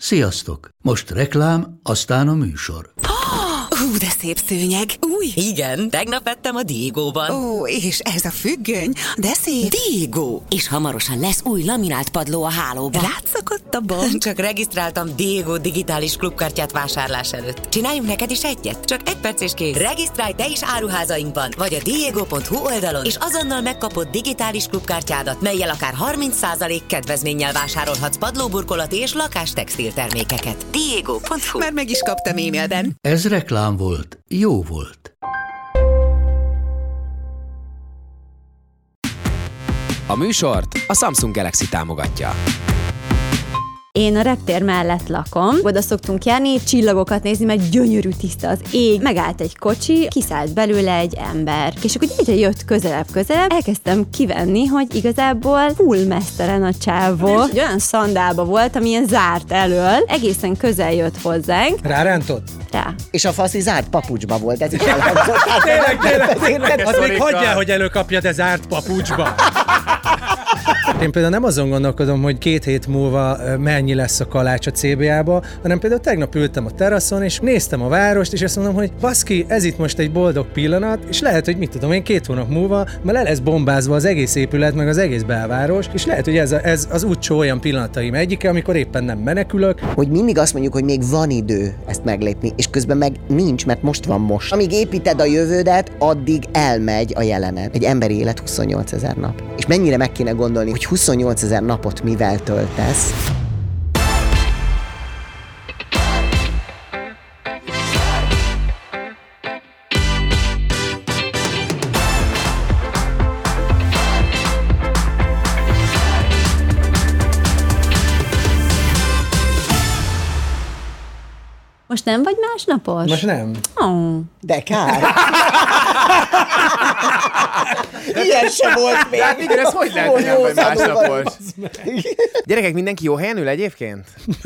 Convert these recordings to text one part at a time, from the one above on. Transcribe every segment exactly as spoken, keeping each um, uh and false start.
Sziasztok! Most reklám, aztán a műsor. Hú, de szép szőnyeg. Új. Igen, tegnap vettem a Diegóban. Ó, és ez a függöny, de szép. Diegó. És hamarosan lesz új laminált padló a hálóban. Rátszakadt a bank. Csak regisztráltam Diegó digitális klubkártyát vásárlás előtt. Csináljunk neked is egyet? Csak egy perc és kész. Regisztrálj te is áruházainkban, vagy a diego pont hu oldalon, és azonnal megkapod digitális klubkártyádat, mellyel akár harminc százalék kedvezménnyel vásárolhatsz padlóburkolati és lakástextil termékeket. diego pont hu. Már meg is kaptam e-mailben. Ez reklám volt, jó volt. A műsort a Samsung Galaxy támogatja. Én a reptér mellett lakom, oda szoktunk járni, csillagokat nézni, mert gyönyörű tiszta az ég. Megállt egy kocsi, kiszállt belőle egy ember. És akkor egyre jött közelebb-közelebb, elkezdtem kivenni, hogy igazából full mesztelen a csávó. Egy olyan szandálba volt, ami ilyen zárt elől, egészen közel jött hozzánk. Rárántott? Rá. És a faszi zárt papucsba volt, ez is elhangzott. Tényleg, tényleg. Az még hagyjál, hogy előkapja, de zárt papucsba. Én például nem azon gondolkodom, hogy két hét múlva mennyi lesz a kalács a cé bé á-ba, hanem például tegnap ültem a teraszon, és néztem a várost, és azt mondom, hogy baszki, ez itt most egy boldog pillanat, és lehet, hogy mit tudom én, két hónap múlva már le lesz bombázva az egész épület, meg az egész belváros, és lehet, hogy ez, a, ez az útcsó olyan pillanataim egyike, amikor éppen nem menekülök. Hogy mindig azt mondjuk, hogy még van idő ezt meglépni, és közben meg nincs, mert most van most. Amíg építed a jövődet, addig elmegy a jelened. Egy emberi élet huszonnyolcezer nap. És mennyire meg kéne gondolni, hogy huszonnyolcezer napot mivel töltesz. Most nem vagy másnapos? Most nem. Oh. De kár. Ilyen sem volt még. Hát igen, ez hogy lehet, hogy nem vagy másnapos? Gyerekek, mindenki jó helyen ül egyébként?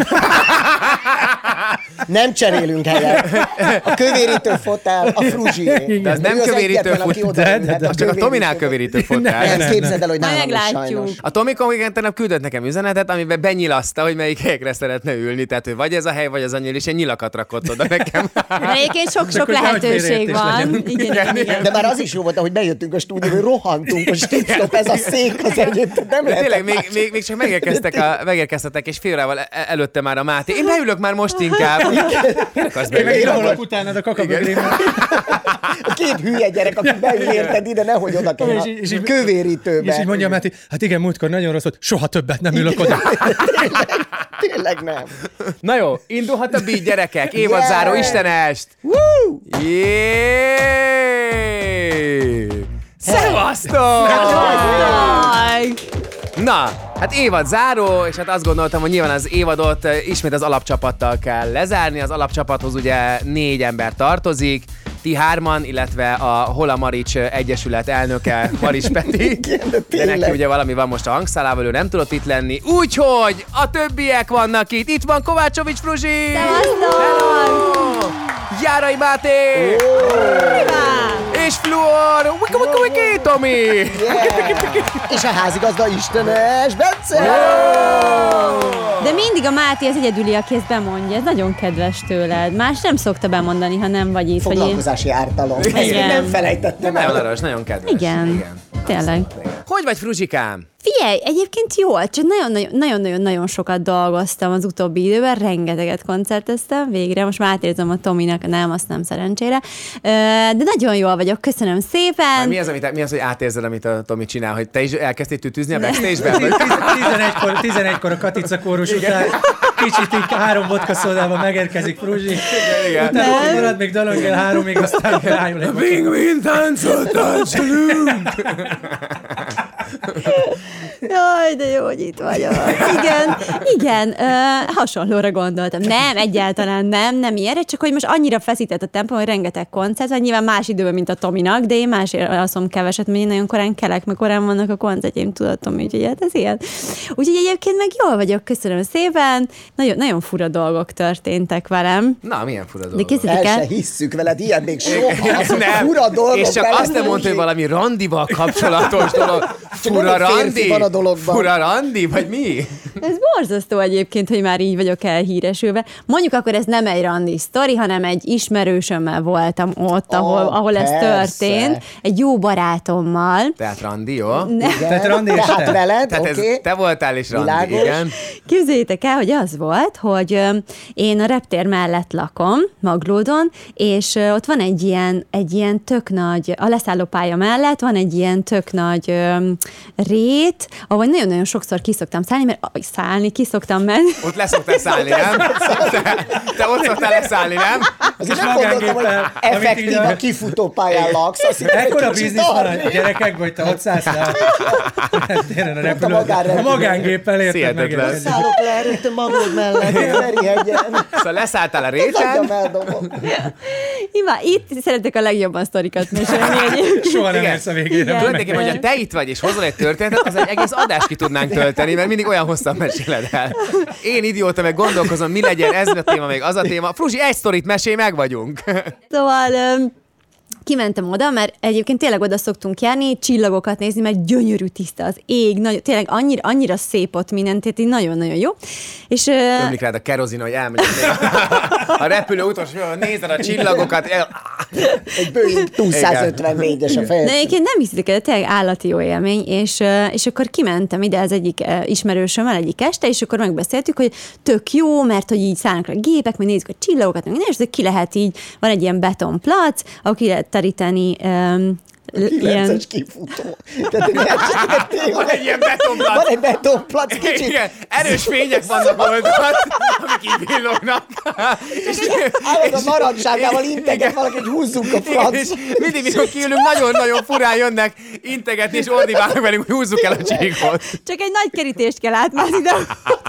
Nem cserélünk helyet. A kövérítő fotál, a fruzsié. De az nem kövérítő fotál, az csak a Tominál kövérítő fotál. Nem, képzeld el, hogy nálam is meglátjuk. sajnos. A Tomi konkrétan küldött nekem üzenetet, amiben benyilaszta, hogy melyik helyekre szeretne ülni. Tehát, hogy vagy ez a hely, vagy az anyil, és egy nyilakat rakott oda nekem. Egyébként sok-sok lehetőség van. Igen, igen, igen. De már az is jó volt, ahogy bejöttünk a stúdióba, rohantunk, hogy stop, ez a szék az egyébként nem lehet. Tényleg, még, még, még csak megérkeztek, a, megérkeztetek, és fél órával előtte már a Máté. Én beülök már most inkább. Én akarsz Én meg beülni? írolok utánad a kakabögrémmel. A két hülye gyerek, aki beül érted ide, nehogy oda kell És így- a kövérítőbe. És így mondja Máté, hát igen, múltkor nagyon rossz volt, soha többet nem ülök oda. Tényleg, tényleg nem. Na jó, indulhat a beat, gyerekek. Évadzáró, Yeah! Istenest! Jééééé! Szevasztok! Na, hát évad záró, és hát azt gondoltam, hogy nyilván az évadot eh, ismét az alapcsapattal kell lezárni. Az alapcsapathoz ugye négy ember tartozik, ti hárman, illetve a Hola Marics Egyesület elnöke, Marics Peti. De neki ugye valami van most a hangszálával, ő nem tudott itt lenni. Úgyhogy a többiek vannak itt. Itt van Kovácsovics Fruzsi! Szevasztok! Járai Máté! És Fluor! Wiki, wiki, wiki, Tomi! Yeah. És a házigazda Istenes Bence! De mindig a Máté az egyedüli, aki ezt bemondja. Ez nagyon kedves tőled. Más nem szokta bemondani, ha nem vagy itt. Vagy én... Foglalkozási ártalom. Ezt még Igen. nem felejtettem Nagyon el. aranyos, nagyon kedves. Igen. Igen. Tényleg. Hogy vagy, Fruzsikám? Figyelj, egyébként jól, csak nagyon-nagyon sokat dolgoztam az utóbbi időben, rengeteget koncerteztem végre, most már átérzem a Tominak, nem, azt nem szerencsére, de nagyon jól vagyok, köszönöm szépen. Már mi az, amit, mi az, hogy átérzed, amit a Tomi csinál, hogy te is elkezdtél tütüzni a backstage-ben? tizenegykor, tizenegykor a Katica kórus után kicsit így három vodka szódában megérkezik Fruzsi. Igen. Utána marad még dalongel háromig, aztán rájul egy Wing-wing táncot táncolunk! Jaj, de jó, hogy itt vagyok. Igen, igen, uh, hasonlóra gondoltam. Nem, egyáltalán nem, nem ilyenre, csak hogy most annyira feszített a tempó, hogy rengeteg koncert, vagy nyilván más időben, mint a Tominak, de én másért alszom keveset, mert én nagyon korán kelek, mert korán vannak a koncertjeim, tudatom, úgyhogy hát ez ilyen. Úgyhogy egyébként meg jól vagyok, köszönöm szépen. Nagyon, nagyon fura dolgok történtek velem. Na, milyen fura De dolgok? készítik El el. se hisszük veled, ilyen még soha. Nem. Fura dolgok. És csak veled, azt nem mondta, hogy Fruzsi. valami randival kapcsolatos dolog. Fura randi? van a dologban. Fura randi? Vagy mi? Ez borzasztó egyébként, hogy már így vagyok elhíresülve. Mondjuk akkor ez nem egy randi sztori, hanem egy ismerősömmel voltam ott, ahol, Oh, ahol ez persze. történt. Egy jó barátommal. Tehát randi, jó? Tehát randi és Tehát te. veled, Tehát oké. ez, te voltál is randi, Világos. igen. Képzeljétek el, hogy az volt, hogy ö, én a reptér mellett lakom, Maglódon, és ö, ott van egy ilyen, egy ilyen tök nagy, a leszállópálya mellett van egy ilyen tök nagy ö, rét, ahol nagyon-nagyon sokszor kiszoktam szállni, mert aj, szállni, kiszoktam menni. Ott leszoktál szállni, nem? Te, te ott szoktál leszállni, nem? Azért És nem gondoltam, hogy magángéppel, amit effektív így a a- kifutó pályán laksz. Azt hittem, hogy Ekkora kicsit biznisz van a arrébb. gyerekek, vagy te ott szállsz le a téren a repülőn. A magánrepülőn. magángéppel érted Hihetetlen. meg. Szállok le rögtön magad mellett, Ferihegyen. Szóval leszálltál a Hagyjam, réten, eldobom. Ima, itt szeretek a legjobban sztorikat mesélni egyébként. Soha nem Igen. érsz a végére. Igen. tulajdonképpen, hogyha te itt vagy és hozol egy történetet, az egy egész adást ki tudnánk tölteni, mert mindig olyan hosszan meséled el. Én idióta meg gondolkozom, mi legyen ez a téma, még az a téma. Fruzsi, egy sztorit mesélj, meg vagyunk. Szóval öm, kimentem oda, mert egyébként tényleg oda szoktunk járni, csillagokat nézni, mert gyönyörű tiszta az ég, nagyon, tényleg annyira, annyira szép ott minden, tehát így nagyon-nagyon jó. És, ö, Ömlik rád a kerozin, hogy elmegyek még a, a repülő utolsó, nézed a csillagokat, el, Egy Boeing kétszázötvennégyes a de fejed. egyébként nem hiszitek el, tényleg állati jó élmény, és, ö, és akkor kimentem ide az egyik ö, ismerősömmel egyik este, és akkor megbeszéltük, hogy tök jó, mert hogy így szállnak a gépek, meg nézzük a csillagokat, meg minden, és ki lehet így, van egy ilyen betonplac, ahol ki lehet teríteni um, ilyen... kilences kifutó. Tehát egy esetleg van egy ilyen betonplac. Van egy betonplac, kicsit. Igen, erős fények vannak oldalt, amik így villognak. És, Állod a maradságával, integet valaki, hogy húzzunk a és franc. mindig, mikor kiülünk, nagyon-nagyon furán jönnek integetni, és ordibálnak velünk, hogy húzzuk el a csíkot. Csak egy nagy kerítést kell átmászni, de...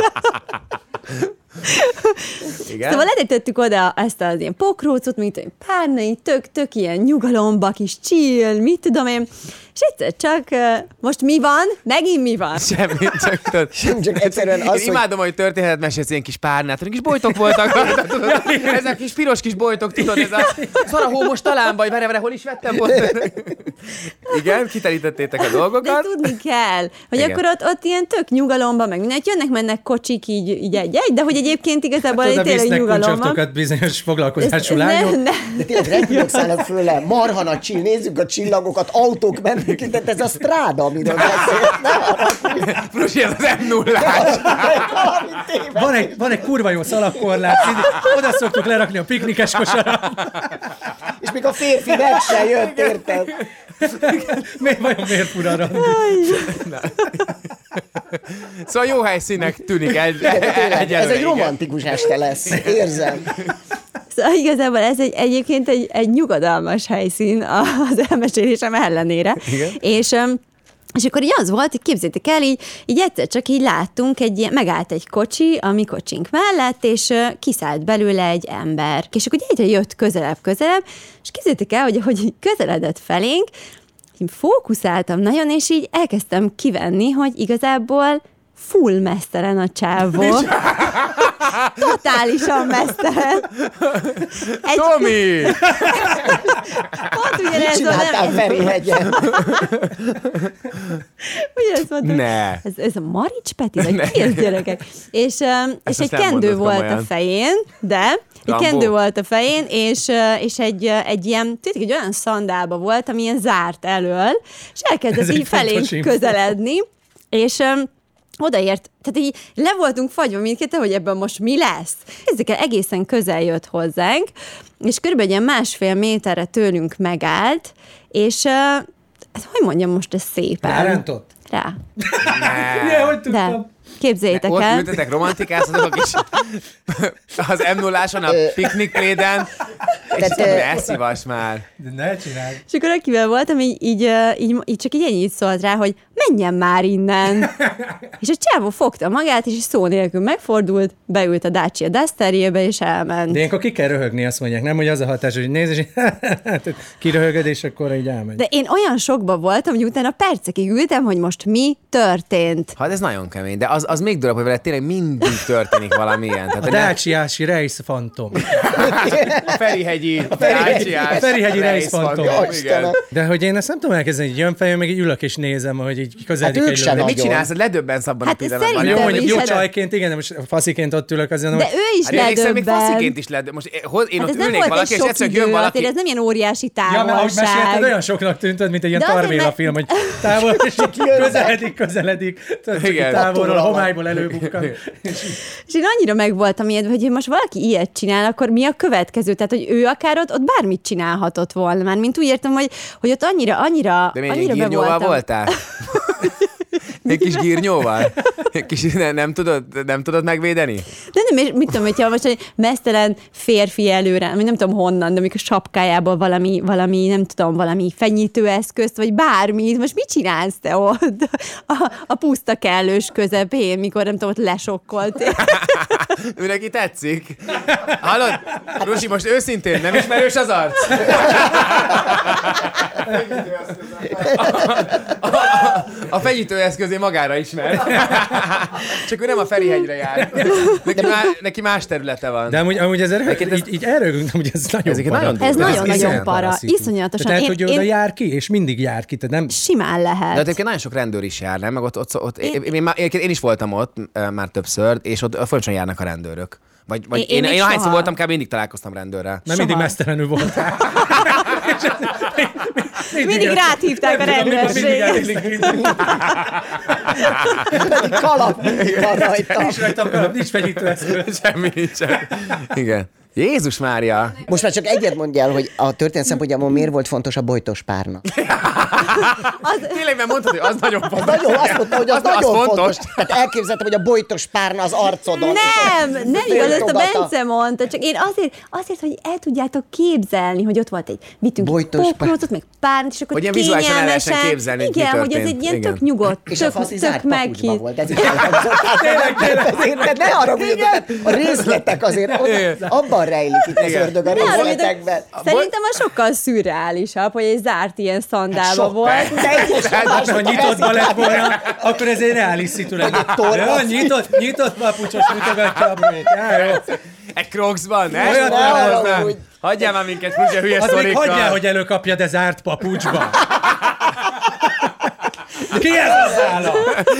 Igen? Szóval letettük oda ezt az ilyen pokrócot, mint egy párna, így tök, tök ilyen nyugalomba, kis chill, mit tudom én. És egyszer csak, uh, most mi van? Megint mi van? Semmi, csak tudod. Sem, csak egyszerűen az, Én hogy- imádom, hogy történetet mesélsz ilyen kis párnát, kis bolytok voltak, tudod, ezek kis piros kis bolytok, tudod, ez a szarahó most talán, vagy vere-vere, hol is vettem volt. Igen, kiterítettétek a De dolgokat. tudni kell, hogy Igen. akkor ott, ott ilyen tök nyugalomban, meg minden, jönnek-mennek kocsik így, így egy-egy, de hogy egyébként igazából Hát egy oda tényleg visznek nyugalomban. kuncsaftokat bizonyos foglalkozású Ez- lányok. ne, ne. De tényleg repülők szállnak föl le, marha nagy csill, nézzük a csillagokat, autók mennek, tehát ez a stráda, amiről beszélt. Nem arra, Fruzsi, ez az em nullás. valami téve. Van egy, van egy kurva jó szalagkorlát, így oda szoktuk lerakni a piknikes kosarat. És még a férfi meg se jött, érted? Miért vajon miért fura randi? Szóval jó helyszínnek tűnik egy, Igen, de tényleg, egyelőre, ez egy igen. romantikus este lesz, érzem. Szóval igazából ez egy, egyébként egy, egy nyugodalmas helyszín az elmesélésem ellenére. Igen. És öm, és akkor így az volt, hogy képzétek el, így, így egyszer csak így láttunk, egy ilyen, megállt egy kocsi a mi kocsink mellett, és ö, kiszállt belőle egy ember. És akkor egyre jött közelebb-közelebb, és képzétek el, hogy ahogy így közeledett felénk, én fókuszáltam nagyon, és így elkezdtem kivenni, hogy igazából full mesztelen a csávó. Totálisan mesztelen. Egy, Tomi! pont Mit ugyanez csináltál van, Ferihegyen? ugyanezt mondtam. Ne. Ez, ez a Marics Peti, vagy ki ez, gyerekek? És, um, és azt egy nem kendő mondod volt komolyan. a fején, de egy Rambo? kendő volt a fején, és, uh, és egy, uh, egy ilyen, tudjátok, egy olyan szandálba volt, ami ilyen zárt elől, és elkezdett Ez egy így felénk fontos info. közeledni, és um, odaért, tehát így le voltunk fagyva mindketten, hogy ebben most mi lesz. Ezekkel egészen közel jött hozzánk, és körülbelül egy ilyen másfél méterre tőlünk megállt, és uh, hát, hogy mondjam most ez szépen? Rárántott? Rá. Milyen, hogy De tudtam? képzeljétek Ott el. ültetek, romantikáztatok is az em nulláson, a piknikpléden, és Tehát, nem ö, ne szívas már. De ne csináld. És akkor akivel voltam, így, így, ö, így, így csak így ennyit szólt rá, hogy menjen már innen. És a csávó fogta magát, és szó nélkül megfordult, beült a Dacia Dusterjébe, és elment. De ilyenkor ki kell röhögni, azt mondják, nem, hogy az a hatás, hogy nézd, és kiröhögöd, és akkor így elmegy. De én olyan sokba voltam, hogy utána percekig ültem, hogy most mi történt. Hát ez nagyon kemény, de az, az még durvább, hogy vele tényleg mindig történik valami ilyen. Tehát, A hogy ne- Dácsiási Race Phantom. a Ferihegyi, a a Ferihegyi Race Phantom. Ja, Istenem. De hogy én ezt nem tudom elkezdeni, hogy jön fejön, meg így ülök és nézem, hogy így közeledik Hát egy ők se lövő. Mit nagyon. csinálsz? Ledöbbensz abban Hát a pillanatban. szerintem Jó, nem? is, mondjuk jó hát- csajként, igen, de most fasziként ott ülök azért, De hogy... ő is Hát én emlékszem, még ledöbben. fasziként is led. Most én, hoz- én Hát ott ez nem ülnék volt valaki, egy és sok egyszer idő, jön valaki. azért ez nem ilyen óriási Ja, mert ahogy mesélted, távolság. olyan soknak tűntött, mint egy ilyen De azért, Tarvéla mert- film, hogy távol, és így közeledik, közeledik, tudod, csak így Igen. távolról, a homályból előbukkan. És én annyira meg voltam ilyet, hogy most valaki ilyet csinál, akkor mi a következő? Tehát, hogy ő akár ott, ott bármit csinálhatott volna. Már mint úgy értem, hogy, hogy ott annyira, annyira, De még annyira egy be gírnyóval voltam. voltál? Egy kis gírnyóval? Egy kis, nem, nem, tudod, nem tudod megvédeni? De nem, és mit tudom, hogyha most egy mesztelen férfi előre, vagy nem tudom honnan, de amikor sapkájából valami, valami, nem tudom, valami fenyítőeszközt, vagy bármit, most mit csinálsz te ott a, a puszta kellős közepén, mikor nem tudom, ott lesokkoltél. Ő neki tetszik. Hallod? Rusi, most őszintén, nem ismerős az arc? A, a, a fenyítőeszközé magára ismer. Csak ő nem a Ferihegyre jár. Neki, má, neki más területe van. De amúgy, amúgy ez erről, Egyébként ez- így, így erről, hogy ez nagyon Ezeket para. nagyon Ez durva. nagyon-nagyon iszonyat para, szitu. iszonyatosan. Tehát, Én- hogy oda én- jár ki, és mindig jár ki, tehát nem... Simán lehet. De ott egyébként nagyon sok rendőr is jár, nem? Meg ott, ott, ott én, Én- én, én, már- én, én is voltam ott uh, már többször, és ott folyamatosan járnak a rendőrök. Vagy, vagy Én- én, én én, még én ahányszor soha. voltam, kb. Mindig találkoztam rendőrrel. Mert mindig Soha. mesztelenül voltál. Mindig rátívták a rendőrséget. Kalap van rajta. Nincs rajtam kalap, nincs fegyítőeszköz. Semmi nincsen. Igen. Jézus Mária! Most már csak egyet mondj el, hogy a történet szempontjából miért volt fontos a bojtos párna. Tényleg, mert mondtad, hogy az nagyon fontos. Nagyon, azt mondta, hogy az, Az- az nagyon fontos. fontos. Tehát elképzeltem, hogy a bojtos párna az arcodon. Nem, nem igaz, ezt a Féltogatta. Bence mondta, csak én azért, azért, hogy el tudjátok képzelni, hogy ott volt egy, vittünk Bojtos egy pokrócot, meg párnt, és akkor Hogy ilyen vizuálisan el lehessen kényelmesen- képzelni, hogy mi igen, hogy ez történt. egy ilyen Igen. tök nyugodt, És a tök, faszi zárt tök papucsban meghitt. volt. Ez is elhangzott. Tényleg, tényleg. Ne arra a részletek azért, ott, abban rejlik itt az ördög a Ne arra, részletekben. Szerintem az sokkal szürreálisabb, hogy egy zárt ilyen szandába sokkal. volt. Hát, ha nyitottba lett volna, akkor ez egy reális szitu lenne. torna. Jó, nyitott, nyitott papucsos mutogatja a brét. Já, jó. Egy Crocsban, ne? Olyat Ne nem hozzá. haragudj. Hagyjál már minket, Fruzsia, hülye Az még sztorikkal. hagyjál, hogy előkapja, de zárt papucsba. Ki ez az állat?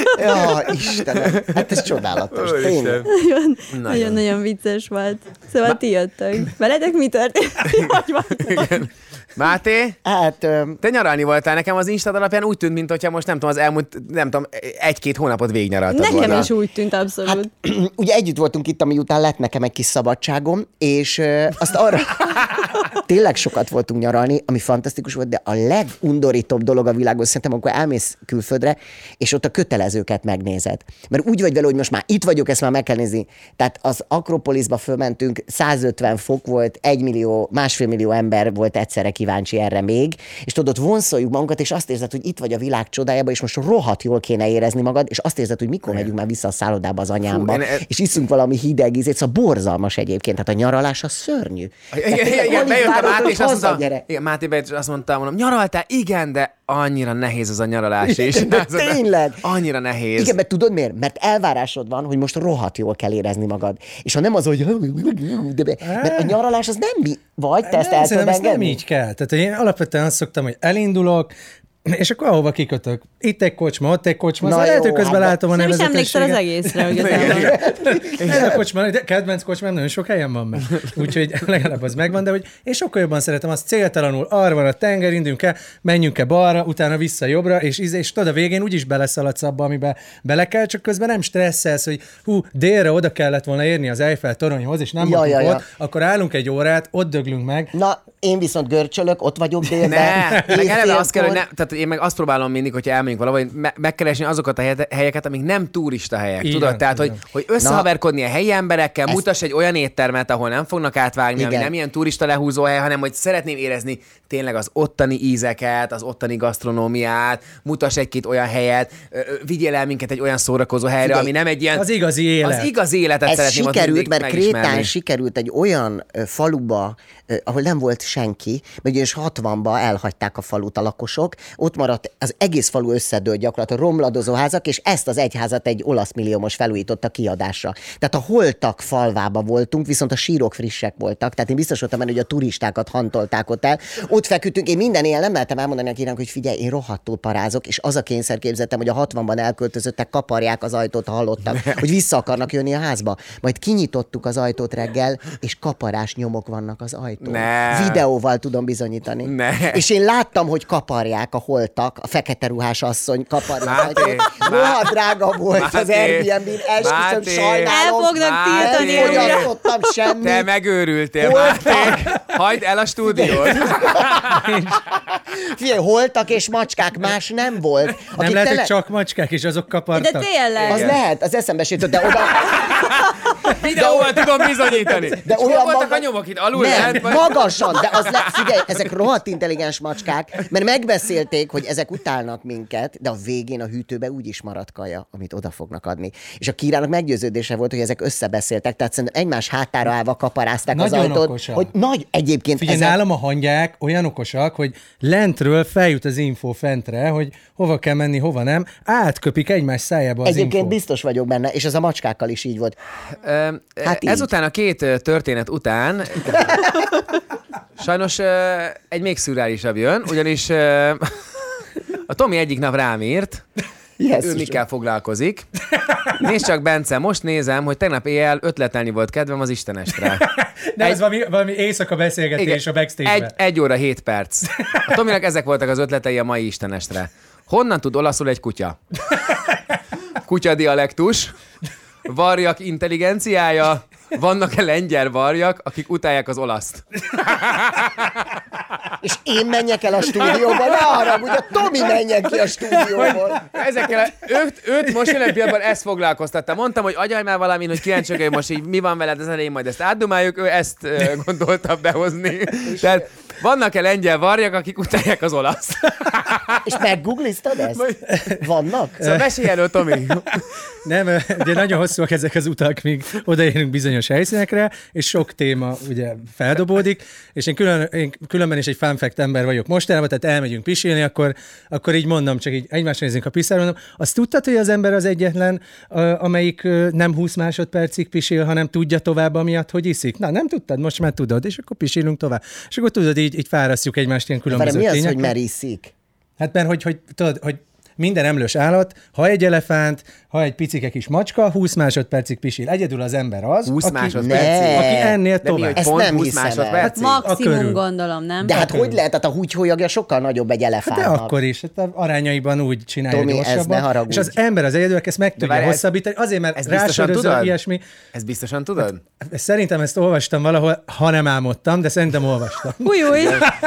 Ja, Istenem. Hát ez csodálatos. Tényleg. Nagyon-nagyon vicces volt. Szóval ti jöttök. Veletek mi történt? Hogy van? Máté, Hát, öm, te nyaralni voltál. Nekem az Instad alapján úgy tűnt, mint hogyha most nem tudom, az elmúlt, nem tudom, egy-két hónapot végignyaraltad Nekem volna. is úgy tűnt abszolút. hát, ugye együtt voltunk itt, ami után lett nekem egy kis szabadságom, és ö, azt arra tényleg sokat voltunk nyaralni, ami fantasztikus volt, de a legundorítóbb dolog a világon szerintem, amikor elmész külföldre, és ott a kötelezőket megnézed. Mert úgy vagy vele, hogy most már itt vagyok, ezt már meg kell nézni. Tehát az Akropoliszba fölmentünk, százötven fok volt, egy millió, másfél millió ember volt egyszerre kíváncsi erre még, és tudod, ott vonszoljuk magunkat, és azt érzed, hogy itt vagy a világ csodájában, és most rohadt jól kéne érezni magad, és azt érzed, hogy mikor megyünk már vissza a szállodába az anyámba, Fú, én e- és iszunk valami hideg ízét, szóval borzalmas egyébként, tehát a nyaralás az szörnyű. Igen, Tehát igen, tényleg igen, alig bejöttem várod, Máté, hogy és azt mondta, hazagyere. igen, Máté bejött, és azt mondta, mondom, nyaraltál? Igen, de annyira nehéz az a nyaralás is. De tényleg. Annyira nehéz. Igen, mert tudod miért? Mert elvárásod van, hogy most rohadt jól kell érezni magad. És ha nem az, hogy... Mert a nyaralás az nem mi vagy, te ezt Nem, el tudod szerintem ezt nem engedni? így kell. Tehát én alapvetően azt szoktam, hogy elindulok, és akkor ahova kikötök. Itt egy kocsma, ott egy kocsma. Na Na lehet, jó, hogy közben hát látom a Nem is emlékszel az nevezetességet. egészre, hogy Ez a kocsma, de kedvenc kocsmám, nagyon sok helyen van meg. Úgyhogy legalább az megvan, de hogy én sokkal jobban szeretem azt céltalanul, arra van a tenger, indulunk el, menjünk-e balra, utána vissza jobbra, és, és, és tudod, a végén úgyis beleszaladsz abba, amiben bele kell, csak közben nem stresszelsz, hogy hú, délre oda kellett volna érni az Eiffel toronyhoz, és nem Ja, voltunk ja, ja. ott, akkor állunk egy órát, ott döglünk meg. Na, én viszont görcsölök, ott vagyok délben. Ne, meg eleve azt kell, hogy éjfélkor. ne, tehát én meg azt próbálom mindig, hogyha elmegyünk valahol, hogy me- megkeresni azokat a hely- helyeket, amik nem turista helyek. Igen, Tudod? Tehát, hogy, igen. hogy összehaverkodni a helyi emberekkel, Ezt- mutass egy olyan éttermet, ahol nem fognak átvágni, ami Igen. nem ilyen turista lehúzó hely, hanem hogy szeretném érezni tényleg az ottani ízeket, az ottani gasztronómiát, mutass egy-két olyan helyet, ö, ö, vigyél el minket egy olyan szórakozó helyre, Figyelj, ami nem egy ilyen... Az igazi élet. Az igazi életet Ez szeretném ott sikerült, mindig mert megismerni. Krétán sikerült egy olyan ö, faluba, ö, ahol nem volt senki, mert ugyanis hatvanban elhagyták a falut a lakosok, ott maradt az egész falu összedőlt gyakorlatilag romladozó házak, és ezt az egyházat egy olasz milliómos felújította kiadásra. Tehát a holtak falvába voltunk, viszont a sírok frissek voltak, tehát én biztos voltam benne, hogy a turistákat hantolták ott el. Ott feküdtünk, én minden éjjel nem lehetem elmondani a királynak, hogy figyelj, én rohadtul parázok, és az a kényszerképzetem, hogy a hatvanban elköltözöttek, kaparják az ajtót, ha hallottak, hogy vissza akarnak jönni a házba. Majd kinyitottuk az ajtót reggel, és kaparás nyomok vannak az ajtón. Ne. Videóval tudom bizonyítani. Ne. És én láttam, hogy kaparják a holtak, a fekete ruhás asszony kaparja az Máté, ajtót. Rohadt drága volt Máté, az Airbnb-n, esküszöm, Máté. sajnálom. El fognak tiltani Nem újra. fogyasztottam semmit. Te megőrültél, Holtak. Máté. Hagyd el a stúdiót. Figyelj, holtak és macskák, más nem volt. Nem Akik lehet, tele- hogy csak macskák, és azok kapartak. De tényleg. Az lehet, az eszembe se jutott, de oda... Videóval tudom bizonyítani. De És hol olyan voltak maga- a nyomok itt? Alul Nem, lehet? Vagy... magasan, de az le... Figyelj, ezek rohadt intelligens macskák, mert megbeszélték, hogy ezek utálnak minket, de a végén a hűtőbe úgy is maradt kaja, amit oda fognak adni. És a királynak meggyőződése volt, hogy ezek összebeszéltek, tehát szerintem egymás hátára állva kaparázták az Nagyon ajtót. okosak. Hogy nagy egyébként Figyelj, ezek... nálam a hangyák olyan okosak, hogy lentről feljut az info fentre, hogy hova kell menni, hova nem, átköpik egymás szájába az Egyébként info. biztos vagyok benne, és az a macskákkal is így volt. Ö, Hát így. Ezután a két ö, történet után sajnos ö, egy még szürreálisabb jön, ugyanis ö, a Tomi egyik nap rám írt, Yes, ő mikkel foglalkozik. Nézd csak, Bence, most nézem, hogy tegnap éjjel ötletelni volt kedvem az Istenestre. Nem, Egy- ez valami, valami éjszaka beszélgetés a backstage-ben. egy, egy óra, hét perc. A Tominak ezek voltak az ötletei a mai Istenestre. Honnan tud olaszul egy kutya? Kutya dialektus, varjak intelligenciája, vannak-e lengyel varjak, akik utálják az olaszt? És én menjek el a stúdióba, ne haragudj, a Tomi menjen ki a stúdióból. Ezekkel őt, őt most jelen pillanatban ezt foglalkoztatta. Mondtam, hogy agyalj már valamin, hogy kíváncsi vagyok, hogy most így mi van veled az elején, majd ezt átdumáljuk, ő ezt uh, gondolta behozni. Tehát vannak-e lengyel varjak, akik utálják az olaszt? És meggoogliztad ezt? Vannak? Szóval mesélj elő, Tomi. Nem, de nagyon hosszúak ezek az utak, míg odaérünk bizonyos helyszínekre, és sok téma ugye feldobódik, és én, külön, én különben is egy fun fact ember vagyok mostanában, tehát elmegyünk pisilni, akkor, akkor így mondom, csak így egymásra nézünk a piszára, mondom, azt tudtad, hogy az ember az egyetlen, a, amelyik ö, nem húsz másodpercig pisil, hanem tudja tovább amiatt, hogy iszik? Na, nem tudtad, most már tudod, és akkor pisilünk tovább. És akkor tudod, így, így fárasztjuk egymást ilyen Várj, különböző mi az, hogy tényekkel. meriszik? Hát mert hogy, hogy tudod, hogy minden emlős állat, ha egy elefánt, ha egy picike kis macska, húsz másodpercig pisil. Egyedül az ember az, húsz aki, másodpercig? aki ennél De mi, tovább. hogy Ezt pont nem húsz hiszem el. másodpercig? A Maximum körül. gondolom, nem? De hát hogy lehet? Hát a húgyhólyagja sokkal nagyobb egy Hát elefántnak. de akkor is, hát arányaiban úgy csinálja Tomi, ez ne gyorsabban. haragudj. És az ember az egyedül, aki ezt meg tudja várj, ez- hosszabbítani, azért, mert ezt biztosan rásörözöl tudod? ilyesmi. Ezt biztosan tudod? Szerintem ezt olvastam valahol, ha nem álmodtam, de szerintem olvastam. Új, új.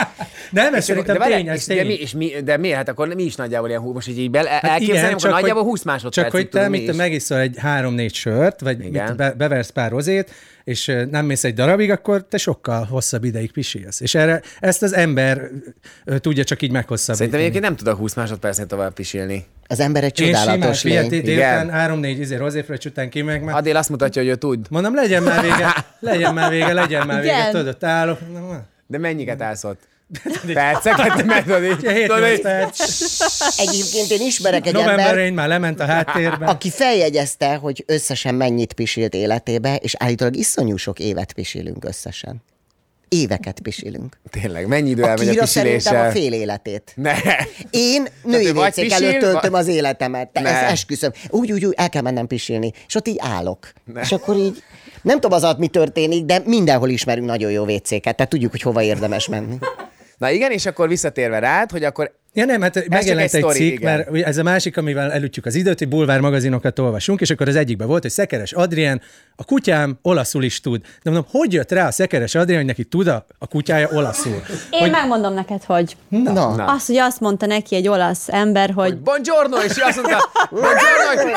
Nem, ez szerintem várjál, tény, ez és, de tény. mi, és mi, de miért? Hát akkor mi is nagyjából ilyen hú, most így, így bele, Hát elképzelni, igen, akkor csak nagyjából hogy- húsz másodpercig Csak hogy te, tudom, mi mit te is. megiszol egy három-négy sört, vagy Igen. mit, be, beversz pár rozét, és ö, nem mész egy darabig, akkor te sokkal hosszabb ideig pisilsz. És erre, ezt az ember ö, tudja csak így meghosszabbítani. Szerintem egyébként nem tudok húsz másodpercnél tovább pisilni. Az ember egy Én simán, csodálatos figyelj, lény. délután három-négy izé rozéfröccs után kimegyek, már Adél azt mutatja, hogy ő tud. mondom, legyen már vége, legyen már vége, legyen már vége, Igen. tudod, ott állok. Na, na. De mennyiket állsz ott? Perceket, meg tudod így. tudod hét-nyolc így- perc. Egyébként én ismerek egy November ember, elején már lement a háttérben. aki feljegyezte, hogy összesen mennyit pisilt életébe, és állítólag iszonyú sok évet pisilünk összesen. Éveket pisilünk. Tényleg, mennyi idő A elmegy a Kira szerintem a pisiléssel? fél életét. Ne. Én női ő vagy vécék pisil, előtt töltöm vagy- az életemet. Te Ne. ezt esküszöm. Úgy, úgy, úgy, el kell mennem pisilni. És ott így állok. Ne. És akkor így, nem tudom az alatt mi történik, de mindenhol ismerünk nagyon jó vécéket, tehát tudjuk, hogy hova érdemes menni. Na igen, és akkor visszatérve rád, hogy akkor Ja nem, hát megjelent egy egy, sztori, cikk, igen. mert ugye ez a másik, amivel elütjük az időt, hogy bulvár magazinokat olvasunk, és akkor az egyikben volt, hogy Szekeres Adrien, a kutyám olaszul is tud. De mondom, hogy jött rá a Szekeres Adrien, hogy neki tud a, a kutyája olaszul? Én hogy... megmondom neked, hogy. Na, Na. Na. Az, hogy azt mondta neki egy olasz ember, hogy buongiorno, és ő azt mondta, buongiorno, hogy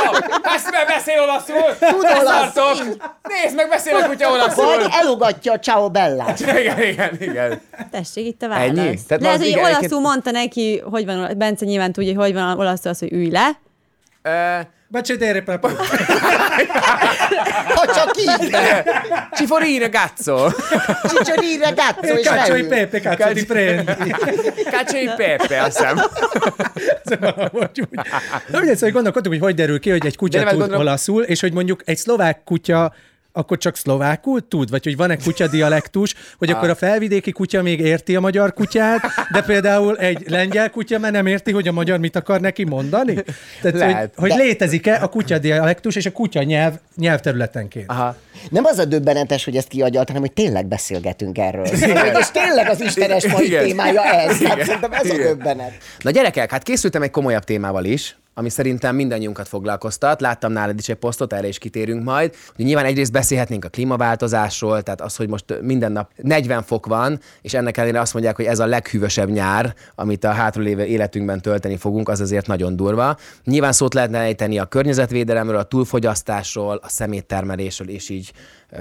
ezt meg beszél olaszul, beszartok, nézd meg, beszél a kutya olaszul. Vagy elogatja a Ciao Bellát. Igen, igen, igen. tessék, itt a válasz. Ennyi? Tehát Lehet, az hogy igen, olaszul egyébként- mondta neki, hogy van, Bence nyilván tudja, hogy hogy van olaszul az, hogy ülj le. Ö, Baciatore papu. Ha csak így. Ciforina cazzo. Cicciolini ragazzo. és Caccio i leül. pepe, cazzo ti prendi. Caccio i pepe, azt hiszem. Na, ugye, szóval gondolkodtuk, hogy hogy derül ki, hogy egy kutya De nem, tud gondolom- olaszul, és hogy mondjuk egy szlovák kutya akkor csak szlovákul tud? Vagy hogy van-e kutya dialektus, hogy akkor a felvidéki kutya még érti a magyar kutyát, de például egy lengyel kutya már nem érti, hogy a magyar mit akar neki mondani? Tehát, Lehet. hogy, hogy De- létezik-e a kutya dialektus és a kutya nyelv nyelvterületenként? Aha. Nem az a döbbenetes, hogy ezt kiagyalt, hanem hogy tényleg beszélgetünk erről. Szóval, és tényleg az istenes mai Igen. témája ez. Hát szerintem ez a Igen. döbbenet. Na gyerekek, hát készültem egy komolyabb témával is, ami szerintem mindannyiunkat foglalkoztat. Láttam nálad is egy posztot, erre is kitérünk majd. Ugye nyilván egyrészt beszélhetnénk a klímaváltozásról, tehát az, hogy most minden nap negyven fok van, és ennek ellenére azt mondják, hogy ez a leghűvösebb nyár, amit a hátralévő életünkben tölteni fogunk, az azért nagyon durva. Nyilván szót lehetne ejteni a környezetvédelemről, a túlfogyasztásról, a szeméttermelésről, és így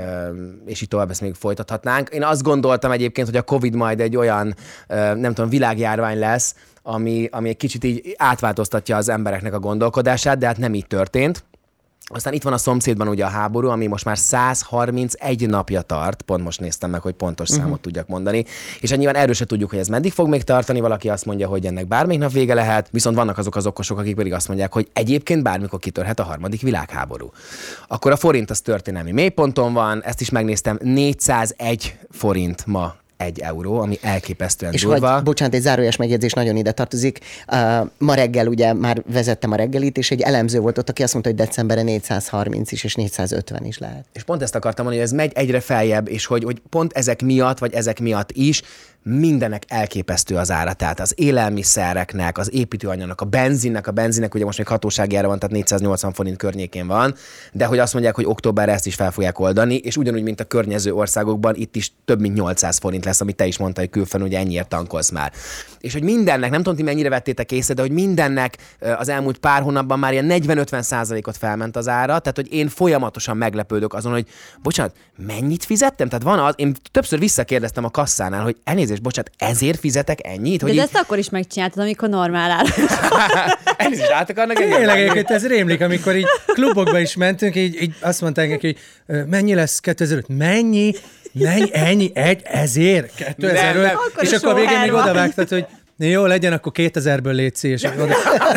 és így tovább ezt még folytathatnánk. Én azt gondoltam egyébként, hogy a Covid majd egy olyan, nem tudom, világjárvány lesz, ami, ami egy kicsit így átváltoztatja az embereknek a gondolkodását, de hát nem így történt. Aztán itt van a szomszédban ugye a háború, ami most már száz harmincegy napja tart, pont most néztem meg, hogy pontos számot uh-huh. tudjak mondani, és hát nyilván erről se tudjuk, hogy ez meddig fog még tartani, valaki azt mondja, hogy ennek bármelyik nap vége lehet, viszont vannak azok az okosok, akik pedig azt mondják, hogy egyébként bármikor kitörhet a harmadik világháború. Akkor a forint az történelmi mélyponton van, ezt is megnéztem, négyszázegy forint ma egy euró, ami elképesztően És durva. hogy, bocsánat, egy zárójeles megjegyzés nagyon ide tartozik. Uh, ma reggel ugye már vezettem a reggelit, és egy elemző volt ott, aki azt mondta, hogy decemberre négyszázharminc is, és négyszázötven is lehet. És pont ezt akartam mondani, hogy ez megy egyre feljebb, és hogy, hogy pont ezek miatt, vagy ezek miatt is mindenek elképesztő az ára. Tehát az élelmiszereknek, az építőanyagnak, a benzinnek, a benzinnek ugye most még hatósági ára van, tehát négyszáznyolcvan forint környékén van, de hogy azt mondják, hogy októberre ezt is fel fogják oldani, és ugyanúgy, mint a környező országokban, itt is több mint nyolcszáz forint lesz, amit te is mondtál, hogy külföldön ugye ennyiért tankolsz már. És hogy mindennek, nem tudom, ti mennyire vettétek észre, de hogy mindennek az elmúlt pár hónapban már ilyen negyven-ötven százalékot felment az ára, tehát hogy én folyamatosan meglepődök azon, hogy bocsánat, mennyit fizettem? Tehát van az, én többször visszakérdeztem a kasszánál, hogy elnézést, bocsánat, ezért fizetek ennyit? Hogy de így... ezt akkor is megcsináltad, amikor normál áll. Elnézést, át akarnak engem? Tényleg egyébként ez rémlik, amikor így klubokba is mentünk, így, így azt mondták neki, hogy ö, mennyi lesz kétezer-öt? Mennyi? Mennyi? Ennyi? Egy? Ezért? kétezer-öt? Nem, nem. Akkor És is akkor végén még sóhár van. odavágtad, hogy jó, legyen, akkor kétezerből létszi, és oda...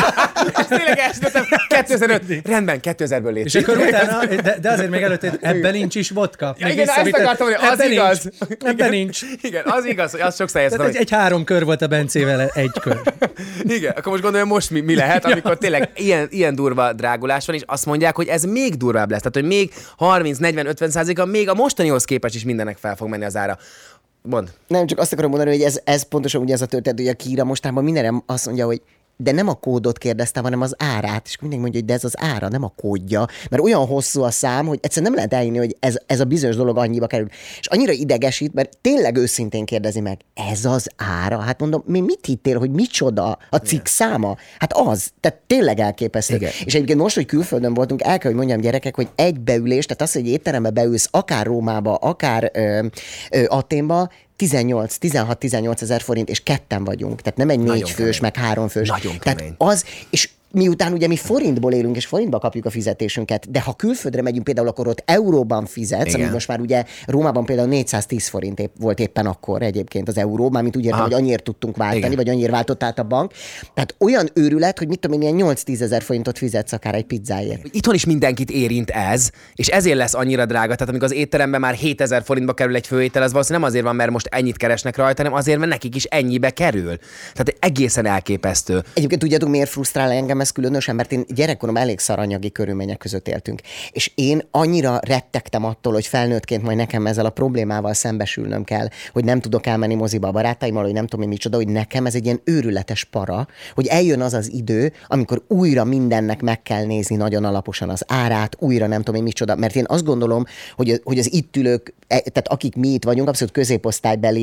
És tényleg ezt mondtam, kétezer-öt. Rendben, kétezerből légy. És akkor utána, de, de azért még előtt, ebben nincs is vodka. Ja, igen, ezt akartam mondani, az ebben igaz. Nincs, ebben nincs. Igen, az igaz, hogy azt sokszor Tehát játszottam, egy, egy három kör volt a Bencével, egy kör. igen, akkor most gondolom, most mi, mi lehet, amikor tényleg ilyen, ilyen durva drágulás van, és azt mondják, hogy ez még durvább lesz. Tehát, hogy még harminc-negyven-ötven százaléka még a mostanihoz képest is mindennek fel fog menni az ára. Mondd. Nem, csak azt akarom mondani, hogy ez, ez pontosan ugye ez a történet, hogy a Kíra mostában mindenre azt mondja, hogy de nem a kódot kérdeztem, hanem az árát, és mindenki mondja, hogy de ez az ára, nem a kódja, mert olyan hosszú a szám, hogy egyszerűen nem lehet elhinni, hogy ez, ez a bizonyos dolog annyiba kerül. És annyira idegesít, mert tényleg őszintén kérdezi meg, ez az ára? Hát mondom, mi mit hittél, hogy micsoda a cikk száma? Hát az, tehát tényleg elképesztő. Igen. És egyébként most, hogy külföldön voltunk, el kell, hogy mondjam gyerekek, hogy egy beülés, tehát az, hogy egy étterembe beülsz, akár Rómába, akár ö, ö, Athénba, tizennyolc, tizenhat, tizennyolc ezer forint, és ketten vagyunk. Tehát nem egy Nagyon négy fős, kemény. meg három fős. Nagyon Tehát kemény. az, és miután ugye mi forintból élünk, és forintba kapjuk a fizetésünket, de ha külföldre megyünk például, akkor ott euróban fizetsz, Igen. ami most már ugye Rómában például négyszáztíz forint épp, volt éppen akkor egyébként az euró, mármint úgy értem, Aha. hogy annyiért tudtunk váltani, Igen. vagy annyira váltott át a bank. Tehát olyan őrület, hogy mit tudom én, ilyen nyolc-tíz ezer forintot fizetsz akár egy pizzáért. Itthon is mindenkit érint ez, és ezért lesz annyira drága. Tehát amikor az étteremben már hétezer forintba kerül egy főétel, az valószínűleg nem azért van, mert most ennyit keresnek rajta, hanem azért, mert nekik is ennyibe kerül. Tehát egészen elképesztő. Egyébként tudjátok, miért frusztrál engem ez különösen, mert én gyerekkorom elég szaranyagi körülmények között éltünk. És én annyira rettegtem attól, hogy felnőttként majd nekem ezzel a problémával szembesülnöm kell, hogy nem tudok elmenni moziba a barátaimmal, hogy nem tudom én micsoda, hogy nekem ez egy ilyen őrületes para, hogy eljön az az idő, amikor újra mindennek meg kell nézni nagyon alaposan az árát, újra nem tudom én micsoda, mert én azt gondolom, hogy, hogy az itt ülők, tehát akik mi itt vagyunk, abszolút középosztálybeli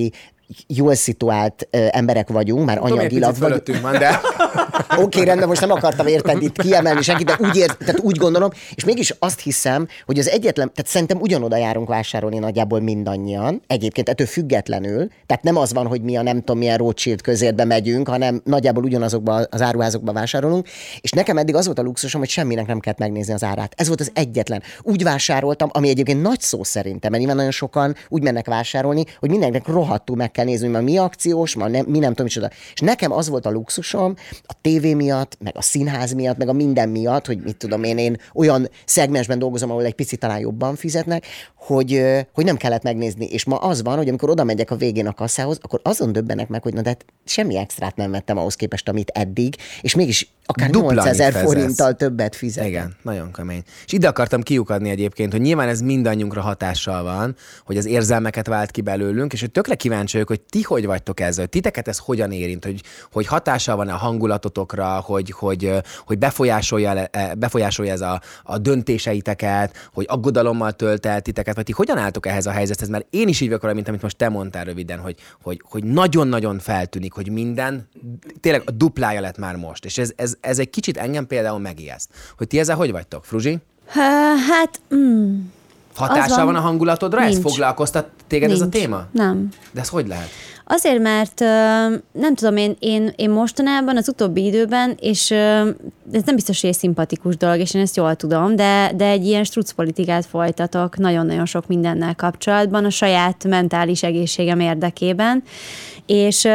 jól szituált ö, emberek vagyunk, már Tudom, anyagilag egy fölöttünk van, de... Oké, okay, rendben, most nem akartam érted itt kiemelni senkit, de úgy, ért, tehát úgy gondolom, és mégis azt hiszem, hogy az egyetlen, tehát szerintem ugyanoda járunk vásárolni nagyjából mindannyian, egyébként ettől függetlenül, tehát nem az van, hogy mi a nem tudom milyen Rothschild közértbe megyünk, hanem nagyjából ugyanazokba az áruházokba vásárolunk, és nekem eddig az volt a luxusom, hogy semminek nem kellett megnézni az árát. Ez volt az egyetlen. Úgy vásároltam, ami egyébként nagy szó szerintem, mert nyilván nagyon sokan úgy mennek vásárolni, hogy mindenkinek rohadtul meg kell nézni, hogy ma mi akciós, ma nem, mi nem tudom micsoda. És nekem az volt a luxusom, a tévé miatt, meg a színház miatt, meg a minden miatt, hogy mit tudom én, én olyan szegmensben dolgozom, ahol egy picit talán jobban fizetnek, hogy, hogy nem kellett megnézni. És ma az van, hogy amikor oda megyek a végén a kasszához, akkor azon döbbenek meg, hogy na de hát semmi extrát nem vettem ahhoz képest, amit eddig, és mégis akár nyolcezer forinttal többet fizetek. Igen, nagyon kemény. És ide akartam kiukadni egyébként, hogy nyilván ez mindannyiunkra hatással van, hogy az érzelmeket vált ki belőlünk, és hogy tökre kíváncsi vagyok, hogy ti hogy vagytok ezzel, hogy titeket ez hogyan érint, hogy, hogy hatással van a hangulatotokra, hogy, hogy, hogy befolyásolja, befolyásolja ez a, a döntéseiteket, hogy aggodalommal tölt el titeket, vagy ti hogyan álltok ehhez a helyzethez, mert én is így vagyok, mint amit most te mondtál röviden, hogy, hogy, hogy nagyon-nagyon feltűnik, hogy minden tényleg a duplája lett már most, és ez, ez, ez egy kicsit engem például megijeszt. Hogy ti ezzel hogy vagytok, Fruzsi? Hát... Mm, Hatással van, van a hangulatodra? Nincs. Ez foglalkoztat téged Nincs. ez a téma? Nem. De ez hogy lehet? Azért, mert nem tudom, én, én, én mostanában, az utóbbi időben, és ez nem biztos, hogy egy szimpatikus dolog, és én ezt jól tudom, de, de egy ilyen struccpolitikát folytatok nagyon-nagyon sok mindennel kapcsolatban, a saját mentális egészségem érdekében, és...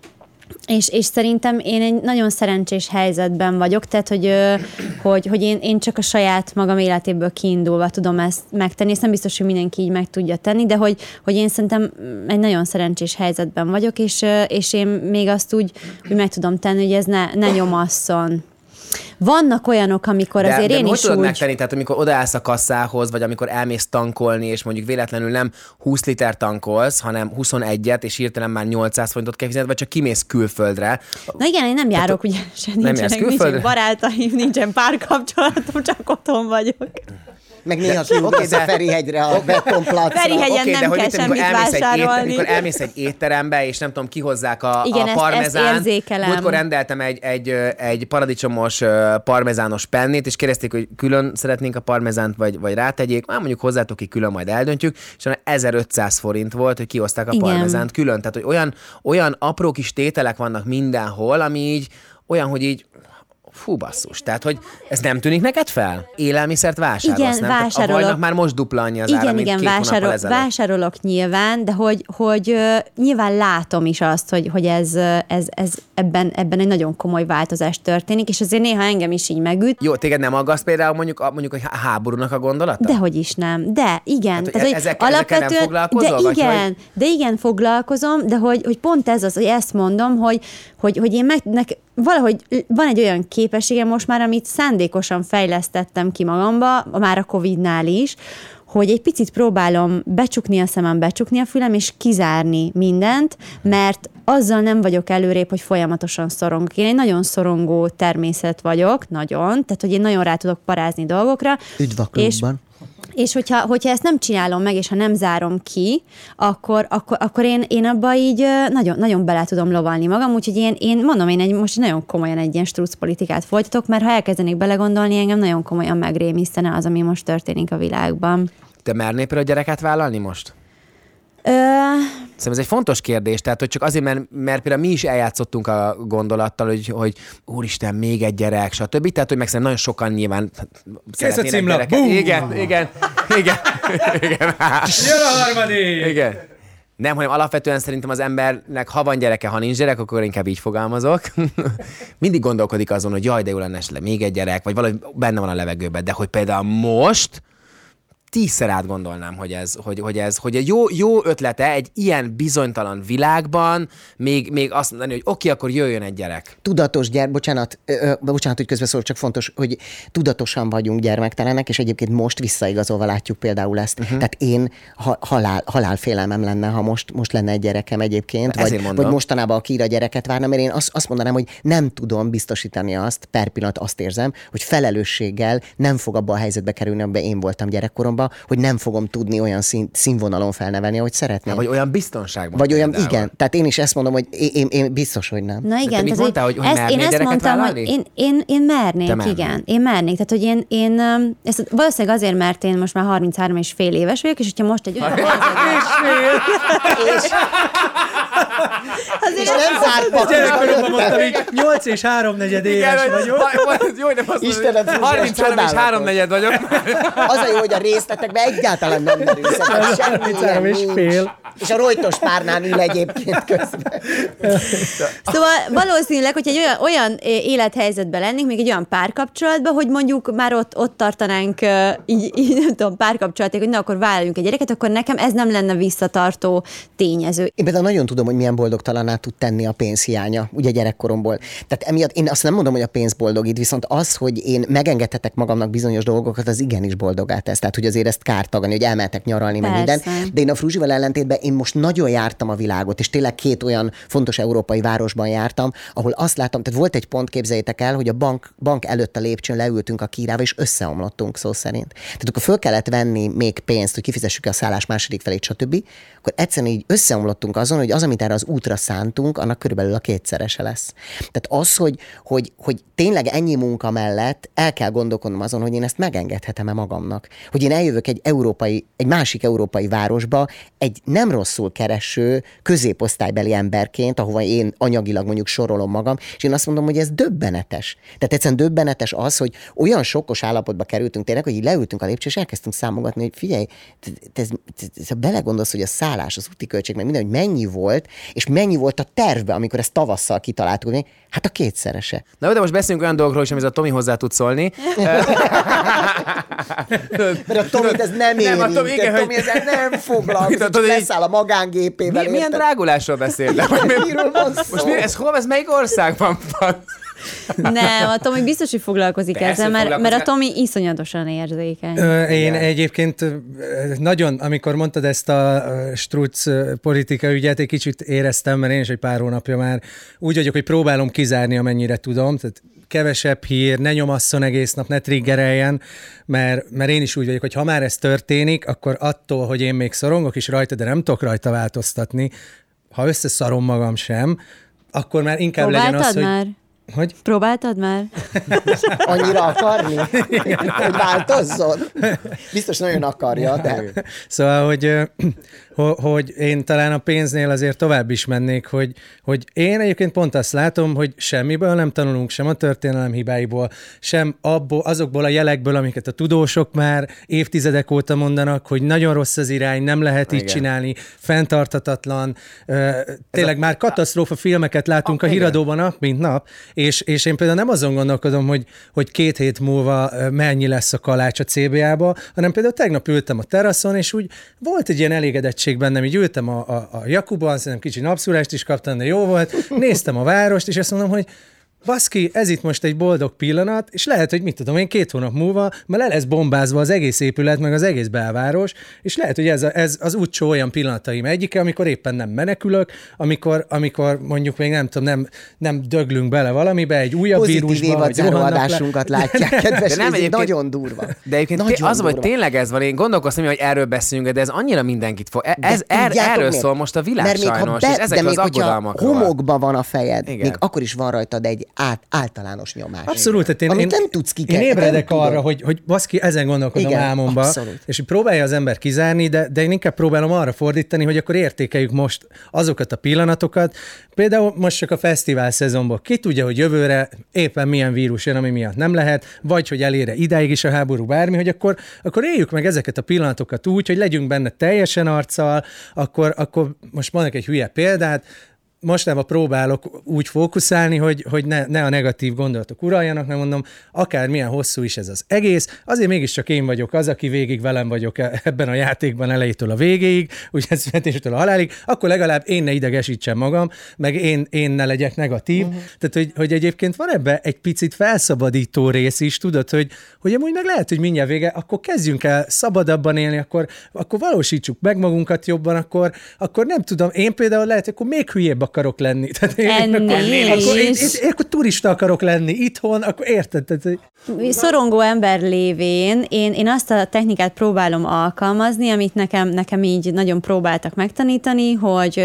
És, és szerintem én egy nagyon szerencsés helyzetben vagyok, tehát, hogy, hogy, hogy én, én csak a saját magam életéből kiindulva tudom ezt megtenni, és nem biztos, hogy mindenki így meg tudja tenni, de hogy, hogy én szerintem egy nagyon szerencsés helyzetben vagyok, és, és én még azt úgy, úgy meg tudom tenni, hogy ez ne, ne nyomasszon. Vannak olyanok, amikor de, azért de én hogy is tudod úgy... megtenni, tehát amikor odaállsz a kasszához, vagy amikor elmész tankolni, és mondjuk véletlenül nem húsz liter tankolsz, hanem huszonegyet, és hirtelen már nyolcszáz forintot kell fizetni, vagy csak kimész külföldre. Na igen, én nem járok, ugye, se nincsenek, nincsenek barátaim, nincsen párkapcsolatom, csak otthon vagyok. Meg néha kiugrasz a Ferihegyre, a betonplacra. Ferihegyen Oké, nem de hogy kell mit, semmit amikor elmész, egy étterem, vásárolni. amikor elmész egy étterembe, és nem tudom, kihozzák a, Igen, a ezt- parmezánt. ezt érzékelem. Múltkor rendeltem egy, egy, egy paradicsomos parmezános pennét, és kérdezték, hogy külön szeretnénk a parmezánt, vagy, vagy rátegyék. Már mondjuk hozzátok ki külön, majd eldöntjük. És ezerötszáz forint volt, hogy kihozták a Igen. parmezánt külön. Tehát, hogy olyan, olyan apró kis tételek vannak mindenhol, ami így olyan, hogy így fú, basszus. Tehát, hogy ez nem tűnik neked fel? Élelmiszert vásárolsz, Igen, nem? Tehát vásárolok. a vajnak már most dupla annyi az Igen, ára, mint igen, két vásárol, hónappal ezelőtt. vásárolok nyilván, de hogy, hogy uh, nyilván látom is azt, hogy, hogy ez, ez, ez ebben, ebben egy nagyon komoly változás történik, és azért néha engem is így megüt. Jó, téged nem aggaszt például mondjuk a, mondjuk a háborúnak a gondolata? Dehogy is nem. De igen. Hát, hogy Tehát, hogy ezek- ezekkel nem foglalkozol, de vagy igen, hogy- de igen, foglalkozom, de hogy, hogy pont ez az, hogy ezt mondom, hogy, hogy, hogy én meg, nek, valahogy van egy olyan képességem most már, amit szándékosan fejlesztettem ki magamba, már a Covidnál is, hogy egy picit próbálom becsukni a szemem, becsukni a fülem, és kizárni mindent, mert azzal nem vagyok előrébb, hogy folyamatosan szorongok. Én egy nagyon szorongó természet vagyok, nagyon, tehát hogy én nagyon rá tudok parázni dolgokra. Üdv a klubban. És hogyha, hogyha ezt nem csinálom meg, és ha nem zárom ki, akkor, akkor, akkor én, én abba így nagyon, nagyon bele tudom lovalni magam, úgyhogy én, én mondom, én egy, most nagyon komolyan egy ilyen struccpolitikát folytatok, mert ha elkezdenék belegondolni, engem nagyon komolyan megrémisztene az, ami most történik a világban. Te mernél például gyereket vállalni most? Ö... Szerintem ez egy fontos kérdés, tehát hogy csak azért, mert, mert például mi is eljátszottunk a gondolattal, hogy, hogy úristen, még egy gyerek, stb. Tehát, hogy meg nagyon sokan nyilván szeretnének címlap. gyereket. Bum! Igen, igen, igen, igen. Jön a harmadik! Igen. Nem, hanem alapvetően szerintem az embernek, ha van gyereke, ha nincs gyerek, akkor inkább így fogalmazok. Mindig gondolkodik azon, hogy jaj, de jó lenne esetleg még egy gyerek, vagy valahogy benne van a levegőben, de hogy például most tízszer átgondolnám, hogy ez, hogy, hogy ez, hogy egy jó, jó ötlete egy ilyen bizonytalan világban még, még azt mondani, hogy oké, akkor jöjjön egy gyerek. Tudatos gyerek, bocsánat, ö, ö, bocsánat, hogy közbeszólok, csak fontos, hogy tudatosan vagyunk gyermektelenek, és egyébként most visszaigazolva látjuk például ezt. Uh-huh. Tehát én ha, halál, halálfélelmem lenne, ha most, most lenne egy gyerekem egyébként, vagy, vagy mostanában aki a gyereket várna, mert én azt, azt mondanám, hogy nem tudom biztosítani azt, per pillanat azt érzem, hogy felelősséggel nem fog abba a helyzetbe kerülni, amiben én voltam gyerekkoromban, gyerekkoromban, hogy nem fogom tudni olyan szín, színvonalon felnevelni, ahogy szeretném. Vagy olyan biztonságban. Vagy olyan, például. Igen. Tehát én is ezt mondom, hogy én, én, én biztos, hogy nem. Na igen, mit mondtál, hogy- hogy ezt, mernél én ezt gyereket mondtam, vállalni? hogy én, én, én mernék, Te mernél. igen, én mernék. Tehát, hogy én, én öm, ezt valószínűleg azért, mert én most már harminchárom és fél éves vagyok, és hogyha most egy olyan és, és nem zárt pakliba Gyerekkoromban mondtam, jöttem. így nyolc és háromnegyed éves hogy- vagyok. vagy- vagy- Jó, hogy nem azt mondod, Istenem, hogy Fruzsi, ez harminchárom és csodálatos. háromnegyed vagyok. Az a jó, hogy a részletekben egyáltalán nem merülsz. Tehát semmi harminchárom ilyen és nincs. fél. És a rojtos párnál ül egyébként közben. Szóval valószínűleg, hogy egy olyan, olyan élethelyzetben lennénk, még egy olyan párkapcsolatban, hogy mondjuk már ott, ott tartanánk ö, így, így, nem tudom, párkapcsolatig, hogy na, akkor vállaljunk egy gyereket, akkor nekem ez nem lenne visszatartó tényező. Én például nagyon tudom, hogy milyen boldogtalanná tud tenni a pénzhiánya, ugye gyerekkoromból. Tehát emiatt én azt nem mondom, hogy a pénz boldogít, viszont az, hogy én megengedhetek magamnak bizonyos dolgokat, az igenis boldogát tesz. Tehát, hogy azért ezt kártagani, hogy elmehetek nyaralni, meg Persze. minden. De én a Fruzsival ellentétben én most nagyon jártam a világot, és tényleg két olyan fontos európai városban jártam, ahol azt láttam, tehát volt egy pont, képzeljétek el, hogy a bank, bank előtt a lépcsőn leültünk a Kirával, és összeomlottunk szó szerint. Tehát akkor föl kellett venni még pénzt, hogy kifizessük a szállás második felét, stb. Akkor egyszerűen így összeomlottunk azon, hogy az, amit erre az útra szántunk, annak körülbelül a kétszerese lesz. Tehát az, hogy, hogy, hogy tényleg ennyi munka mellett el kell gondolkodnom azon, hogy én ezt megengedhetem-e magamnak. Hogy én eljövök egy európai, egy másik európai városba, egy nem rosszul kereső, középosztálybeli emberként, ahova én anyagilag mondjuk sorolom magam, és én azt mondom, hogy ez döbbenetes. Tehát egyszerűen döbbenetes az, hogy olyan sokkos állapotba kerültünk tényleg, hogy így leültünk a lépcsőn, és elkezdtünk számogatni, hogy figyelj, te, te, te, te belegondolsz, hogy a szállás, az úti költség, meg minden, hogy mennyi volt, és mennyi volt a tervbe, amikor ezt tavasszal kitaláltuk, hogy hát a kétszerese. Na jó, de most beszélünk olyan dolgokról is, amihez a Tomi hozzá tud szólni. Mert a Tomit ez nem érint, Nem, a Tomi, igen, a Tomi hogy- ezzel nem foglalkozik, Tudod, csak hogy így- leszáll a magángépével. Mi, milyen érted? drágulásról beszélnek? Miről van szó? Most mi, ez hol, ez melyik országban van? Nem, a Tomi biztos, hogy foglalkozik Persze, ezzel, mert, foglalkozik. mert a Tomi iszonyatosan érzékeny. Ö, Én egyébként ö, nagyon, amikor mondtad ezt a ö, struc ö, politika ügyet, egy kicsit éreztem, mert én is egy pár hónapja már úgy vagyok, hogy próbálom kizárni, amennyire tudom, tehát kevesebb hír, ne nyomasszon egész nap, ne triggereljen, mert, mert én is úgy vagyok, hogy ha már ez történik, akkor attól, hogy én még szorongok is rajta, de nem tudok rajta változtatni, ha összeszarom magam sem, akkor már inkább Próbáltad legyen az, hogy... már? Hogy? Próbáltad már? Annyira akarni, hogy változzon? Biztos nagyon akarja, de... Szóval, hogy, ö, ho- hogy én talán a pénznél azért tovább is mennék, hogy, hogy én egyébként pont azt látom, hogy semmiből nem tanulunk, sem a történelem hibáiból, sem abból, azokból a jelekből, amiket a tudósok már évtizedek óta mondanak, hogy nagyon rossz az irány, nem lehet így Igen. csinálni, fenntarthatatlan, ö, tényleg már katasztrófa filmeket látunk a, a híradóban nap, mint nap, és, és én például nem azon gondolkodom, hogy, hogy két hét múlva ö, mennyi lesz a kalács a cé bé á-ba, hanem például tegnap ültem a teraszon, és úgy volt egy ilyen elégedettség bennem, így ültem a, a, a Jakuban, szerintem kicsi napszúrást is kaptam, de jó volt, néztem a várost, és azt mondom, hogy baszki, ez itt most egy boldog pillanat, és lehet, hogy mit tudom én, két hónap múlva már le lesz bombázva az egész épület, meg az egész belváros, és lehet, hogy ez, a, ez az úgycsó olyan pillanataim egyike, amikor éppen nem menekülök, amikor, amikor mondjuk még nem tudom, nem, nem döglünk bele valamibe, egy újabb Pozitív vírusba, vagy évadzáró rohannak le. adásunkat látják, kedves De nem, nézők, egyébként- nagyon durva. De egyébként Nagyon té- az, hogy durva. tényleg ez van, én gondolkoztam, hogy erről beszélünk, de ez annyira mindenkit fog. Ez, De er, tudjátok erről miért? szól most a világ Mert még sajnos, ha be, és de ezekről az még hogyha aggodalmakról. homokba van a fejed, Igen. még akkor is van rajtad egy át, általános nyomás. Abszolút, tehát én, Amit én, nem tudsz én kikerülni. ébredek nem arra, tudod. hogy, hogy baszki, ezen gondolkodom Igen, álmomba, abszolút. és így próbálja az ember kizárni, de, de én inkább próbálom arra fordítani, hogy akkor értékeljük most azokat a pillanatokat. Például most csak a fesztivál szezonból ki tudja, hogy jövőre éppen milyen vírus jön, ami miatt nem lehet, vagy hogy elére idáig is a háború bármi, hogy akkor, akkor éljük meg ezeket a pillanatokat úgy, hogy legyünk benne teljesen arccal, akkor, akkor most mondok egy hülye példát, mostanában próbálok úgy fókuszálni, hogy, hogy ne, ne a negatív gondolatok uraljanak, nem mondom, akármilyen hosszú is ez az egész, azért mégiscsak én vagyok az, aki végig velem vagyok ebben a játékban elejétől a végéig, úgyhogy születéstől a halálig, akkor legalább én ne idegesítsem magam, meg én, én ne legyek negatív. Uh-huh. Tehát, hogy, hogy egyébként van ebben egy picit felszabadító rész is, tudod, hogy, hogy amúgy meg lehet, hogy mindjárt vége, akkor kezdjünk el szabadabban élni, akkor, akkor valósítsuk meg magunkat jobban, akkor, akkor nem tudom, én például lehet, akkor még hülyébb a akarok lenni. Tehát én, Ennél akkor, akkor, én, is. én, én akkor turista akarok lenni itthon, akkor érted? Tehát, Szorongó ember lévén én, én azt a technikát próbálom alkalmazni, amit nekem, nekem így nagyon próbáltak megtanítani, hogy,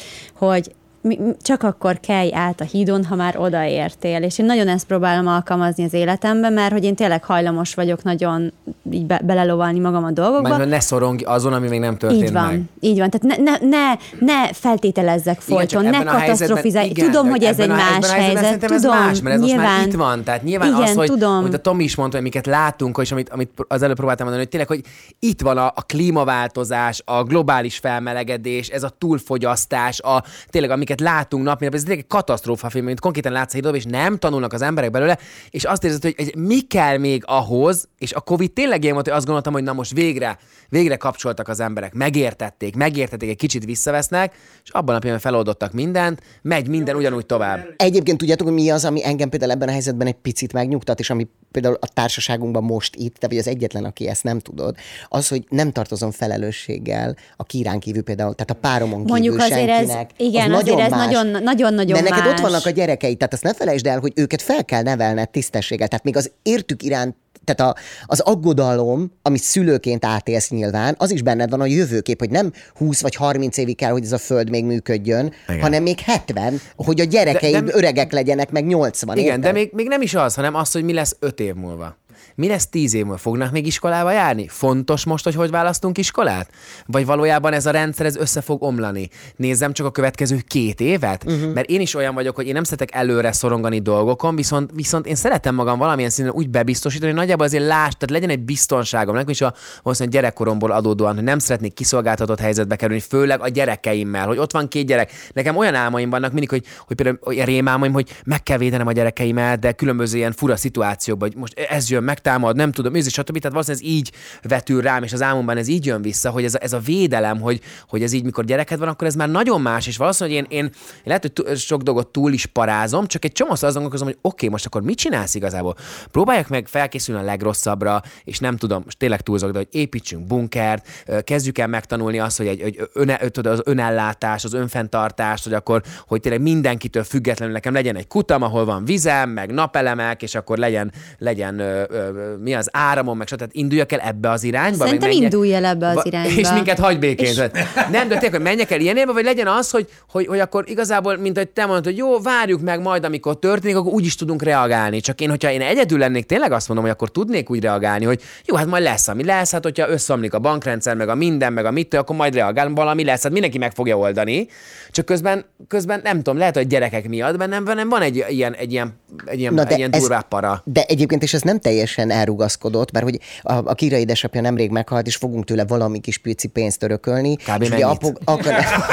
hogy csak akkor kelj át a hídon, ha már odaértél. És én nagyon ezt próbálom alkalmazni az életemben, mert hogy én tényleg hajlamos vagyok nagyon így be, belelovalni magam a dolgokba. Mert ne szorongj azon, ami még nem történt így van, meg. Így van, tehát ne, ne, ne, ne feltételezzek folyton, ne katasztrofizálj. Tudom, hogy ez egy más helyzet. Tudom, ez más, mert ez nyilván, most már itt van. Tehát nyilván igen, az, hogy, tudom. hogy a Tomi is mondta, hogy miket látunk, és amit, amit az előbb próbáltam mondani, hogy tényleg, hogy itt van a, a klímaváltozás, a globális felmelegedés, ez a túlfogyasztás, a, tényleg amiket látunk nap, ez tényleg egy katasztrófa film, mint konkrétan látsz a hídon, és nem tanulnak az emberek belőle, és azt érzed, hogy, hogy mi kell még ahhoz, és a Covid tényleg ilyen volt, hogy azt gondoltam, hogy na most végre, végre kapcsoltak az emberek, megértették, megértették, egy kicsit visszavesznek, és abban a pillanatban feloldottak mindent, megy minden ugyanúgy tovább. Egyébként tudjátok, hogy mi az, ami engem például ebben a helyzetben egy picit megnyugtat, és ami például a társaságunkban most itt, te vagy az egyetlen, aki ezt nem tudod, az, hogy nem tartozom felelősséggel a Kírán kívül például, tehát a páromon kívül mondjuk azért senkinek. Ez, igen, az azért nagyon ez más. nagyon, nagyon-nagyon De neked más. ott vannak a gyerekeid, tehát azt ne felejtsd el, hogy őket fel kell nevelned tisztességgel. Tehát még az értük iránt, tehát a, az aggodalom, amit szülőként átélsz nyilván, az is benned van a jövőkép, hogy nem húsz vagy harminc évig kell, hogy ez a föld még működjön, igen. hanem még hetven, hogy a gyerekeid de, de, öregek legyenek, meg nyolcvan. Igen, érted? de még, még nem is az, hanem az, hogy mi lesz öt év múlva. Mi lesz tíz év múlva? Fognak még iskolába járni? Fontos most, hogy hogy választunk iskolát? Vagy valójában ez a rendszer ez össze fog omlani? Nézzem csak a következő két évet? Uh-huh. Mert én is olyan vagyok, hogy én nem szeretek előre szorongani dolgokon, viszont, viszont én szeretem magam valamilyen szinten úgy bebiztosítani, hogy nagyjából azért láss, tehát legyen egy biztonságom. Nekem is a valószínűleg gyerekkoromból adódóan, hogy nem szeretnék kiszolgáltatott helyzetbe kerülni, főleg a gyerekeimmel, hogy ott van két gyerek. Nekem olyan álmaim vannak mindig, hogy, hogy például olyan rémálmaim, hogy meg kell védenem a gyerekeimet, de különböző ilyen fura szituációkban, hogy most ez jön, megtámad, nem tudom, ez is, stb. Tehát valószínűleg ez így vetül rám, és az álmomban ez így jön vissza, hogy ez a, ez a védelem, hogy, hogy ez így, mikor gyereked van, akkor ez már nagyon más, és valószínűleg én, én, én lehet, hogy t- sok dolgot túl is parázom, csak egy csomószor azon gondolkozom, hogy oké, okay, most akkor mit csinálsz igazából? Próbálják meg felkészülni a legrosszabbra, és nem tudom, most tényleg túlzok, de hogy építsünk bunkert, kezdjük el megtanulni azt, hogy egy, egy öne, az önellátás, az önfenntartás, hogy akkor, hogy tényleg mindenkitől függetlenül nekem legyen egy kutam, ahol van vizem, meg napelemek, és akkor legyen, legyen ö, ö, mi az áramon, meg stb. Induljak el ebbe az irányba? Szerintem menjek, indulj el ebbe az irányba. És minket hagyj békén. És... Nem, de tényleg, hogy menjek el ilyen irányba, vagy legyen az, hogy, hogy, hogy akkor igazából, mint hogy te mondod, hogy jó, várjuk meg majd, amikor történik, akkor úgy is tudunk reagálni. Csak én, hogyha én egyedül lennék, tényleg azt mondom, hogy akkor tudnék úgy reagálni, hogy jó, hát majd lesz, ami lesz, hát hogyha összeomlik a bankrendszer, meg a minden, meg a mit, akkor majd reagálunk, valami lesz, hát mindenki meg fogja oldani. Csak közben, közben nem tudom, lehet, hogy gyerekek miatt bennem, bennem van egy ilyen, egy ilyen, egy ilyen, egy ilyen durvább para. De egyébként, és ez nem teljesen elrugaszkodott, mert hogy a, a Kira édesapja nemrég meghalt, és fogunk tőle valami kis pici pénzt örökölni. Kb. És ugye apok, akar...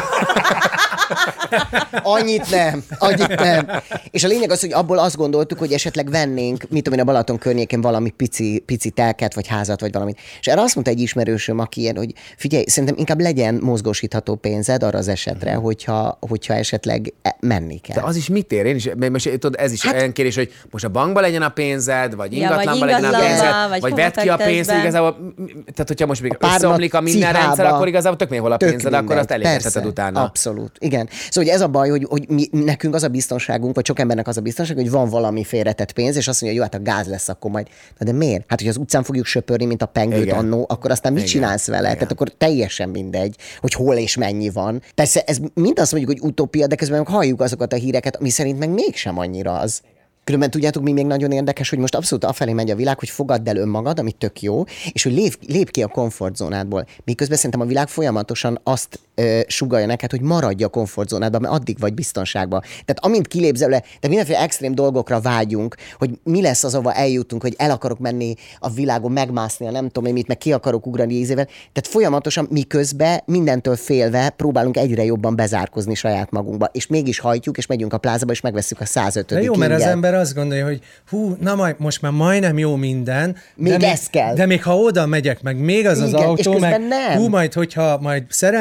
Annyit nem, annyit nem. És a lényeg az, hogy abból azt gondoltuk, hogy esetleg vennénk, mit tudom én, a Balaton környékén valami pici, pici telket, vagy házat, vagy valamit. És erre azt mondta egy ismerősöm, aki ilyen, hogy figyelj, szerintem inkább legyen mozgósítható pénzed arra az esetre, hogyha, hogyha esetleg menni kell. De az is mit ér? Én is, most, tudod, ez is hát, olyan kérés, hogy most a bankba legyen a pénzed, vagy ingatlanba ja, legyen a pénzed, vagy, vagy vedd ki a pénzt, igazából, tehát hogyha most még összeomlik a minden rendszer, akkor igazából tök még hol a pénzed, akkor azt elégheted utána. Abszolút, igen. Szóval ez a baj, hogy, hogy mi, nekünk az a biztonságunk, vagy sok embernek az a biztonság, hogy van valami félretett pénz, és azt mondja, hogy jó, hát a gáz lesz akkor majd. De miért? Hát, hogy az utcán fogjuk söpörni, mint a pengőt annó, akkor aztán mit Igen. csinálsz vele? Igen. Tehát akkor teljesen mindegy, hogy hol és mennyi van. Persze ez mind azt mondjuk, hogy utópia, de közben halljuk azokat a híreket, ami szerint meg mégsem annyira az. Különben tudjátok, mi még nagyon érdekes, hogy most abszolút afelé megy a világ, hogy fogadd el önmagad, ami tök jó, és hogy lép, lép ki a komfortzónádból. Miközben szerintem a világ folyamatosan azt ö, sugallja neked, hogy maradj a komfortzónádban, mert addig vagy biztonságban. Tehát amint kilépsz előle, tehát mindenféle extrém dolgokra vágyunk, hogy mi lesz az, ahova eljutunk, hogy el akarok menni a világon, megmászni, a nem tudom én mit, meg ki akarok ugrani ízével. Tehát folyamatosan miközben mindentől félve próbálunk egyre jobban bezárkozni saját magunkba, és mégis hajtjuk, és megyünk a plázába, és megveszünk a százötödik. Jó, mert az ember azt gondolja, hogy hú, na majd, most már majdnem jó minden. Még de ez még, kell. De még ha oda megyek, meg még az Igen, az autó, meg nem. hú, majd, hogyha majd szerelmes lesz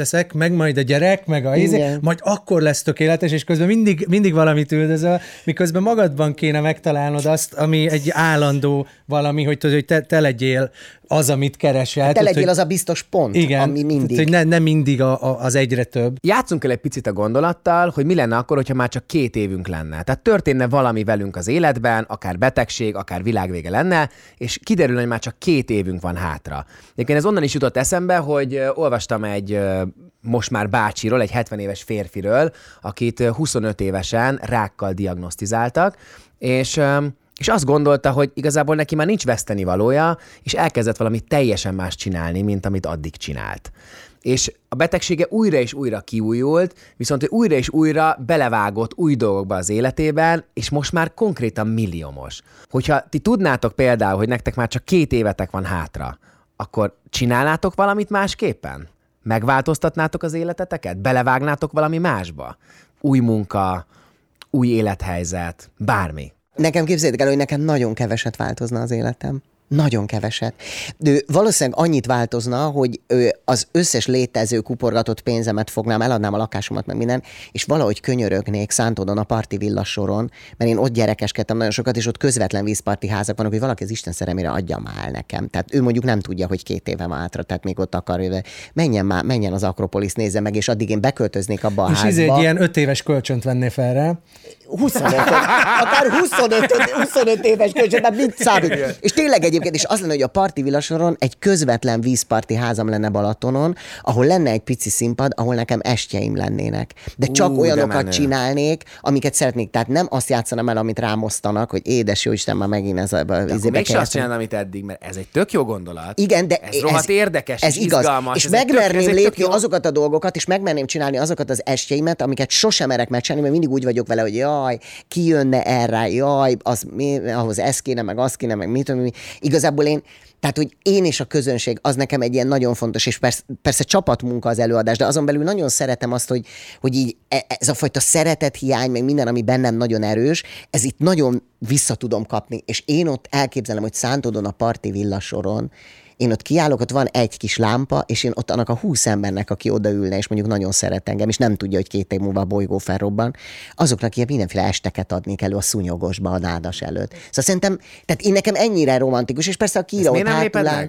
leszek, meg majd a gyerek, meg a izé, majd akkor lesz tökéletes, és közben mindig, mindig valamit üldözöl, miközben magadban kéne megtalálnod azt, ami egy állandó valami, hogy tudod, hogy te, te legyél az, amit keresel. Te legyél hogy, az a biztos pont, igen, ami mindig. hogy ne, nem mindig a, a, az egyre több. Játszunk el egy picit a gondolattal, hogy mi lenne akkor, hogyha már csak két évünk lenne. Tehát történne valami velünk az életben, akár betegség, akár világvége lenne, és kiderül, hogy már csak két évünk van hátra. Egyébként ez onnan is jutott eszembe, hogy olvastam egy most már bácsiról, egy hetven éves férfiről, akit huszonöt évesen rákkal diagnosztizáltak, és és azt gondolta, hogy igazából neki már nincs vesztenivalója, és elkezdett valami teljesen más csinálni, mint amit addig csinált. És a betegsége újra és újra kiújult, viszont ő újra és újra belevágott új dolgokba az életében, és most már konkrétan milliómos. Hogyha ti tudnátok például, hogy nektek már csak két évetek van hátra, akkor csinálnátok valamit másképpen? Megváltoztatnátok az életeteket? Belevágnátok valami másba? Új munka, új élethelyzet, bármi. Nekem képzeljétek el, hogy nekem nagyon keveset változna az életem. Nagyon keveset. De valószínűleg annyit változna, hogy az összes létező kuporgatott pénzemet fognám, eladnám a lakásomat, meg minden, és valahogy könyörögnék Szántódon a parti villasoron, mert én ott gyerekeskedtem nagyon sokat, és ott közvetlen vízparti házak vannak, hogy valaki az Isten szeremére adja már nekem. Tehát ő mondjuk nem tudja, hogy két éve már hátra, tehát még ott akar, hogy menjen már, menjen az Akropolisz, nézze meg, és addig én beköltöznék abba a és házba. És egy ilyen öt éves kölcsönt venné fel rá. huszonöt, akár huszonöt, huszonöt éves kölcsön, tehát mit számít? És tényleg egyébként, és az lenne, hogy a parti villasoron egy közvetlen vízparti házam lenne Balatonon, ahol lenne egy pici színpad, ahol nekem estjeim lennének. De csak Ú, olyanokat de csinálnék, amiket szeretnék. Tehát nem azt játszanám el, amit rám osztanak, hogy édes jó Isten, már megint ez a izébe mégse azt csinálni, amit eddig, mert ez egy tök jó gondolat. Igen, de ez rohadt érdekes, ez és igaz. izgalmas. És ez megmerném tök, lépni jó... azokat a dolgokat, és megmerném csinálni azokat az estjeimet, amiket sosem merek megcsinálni, mert mindig úgy vagyok vele, hogy jaj, ki jönne erre, jaj, az, mi, ahhoz ez kéne, meg az kéne, meg mit tudom, mi. Igazából én, tehát, hogy én és a közönség, az nekem egy ilyen nagyon fontos, és persze, persze csapatmunka az előadás, de azon belül nagyon szeretem azt, hogy, hogy így ez a fajta szeretethiány, meg minden, ami bennem nagyon erős, ez itt nagyon vissza tudom kapni, és én ott elképzelem, hogy Szántódon a parti villasoron, én ott kiállok, ott van egy kis lámpa, és én ott annak a húsz embernek, aki odaülne, és mondjuk nagyon szeret engem, és nem tudja, hogy két év múlva a bolygó felrobban, azoknak ilyen mindenféle esteket adnék elő a szúnyogosba a nádas előtt. Szóval szerintem, tehát én nekem ennyire romantikus, és persze a Kira ott hátul áll.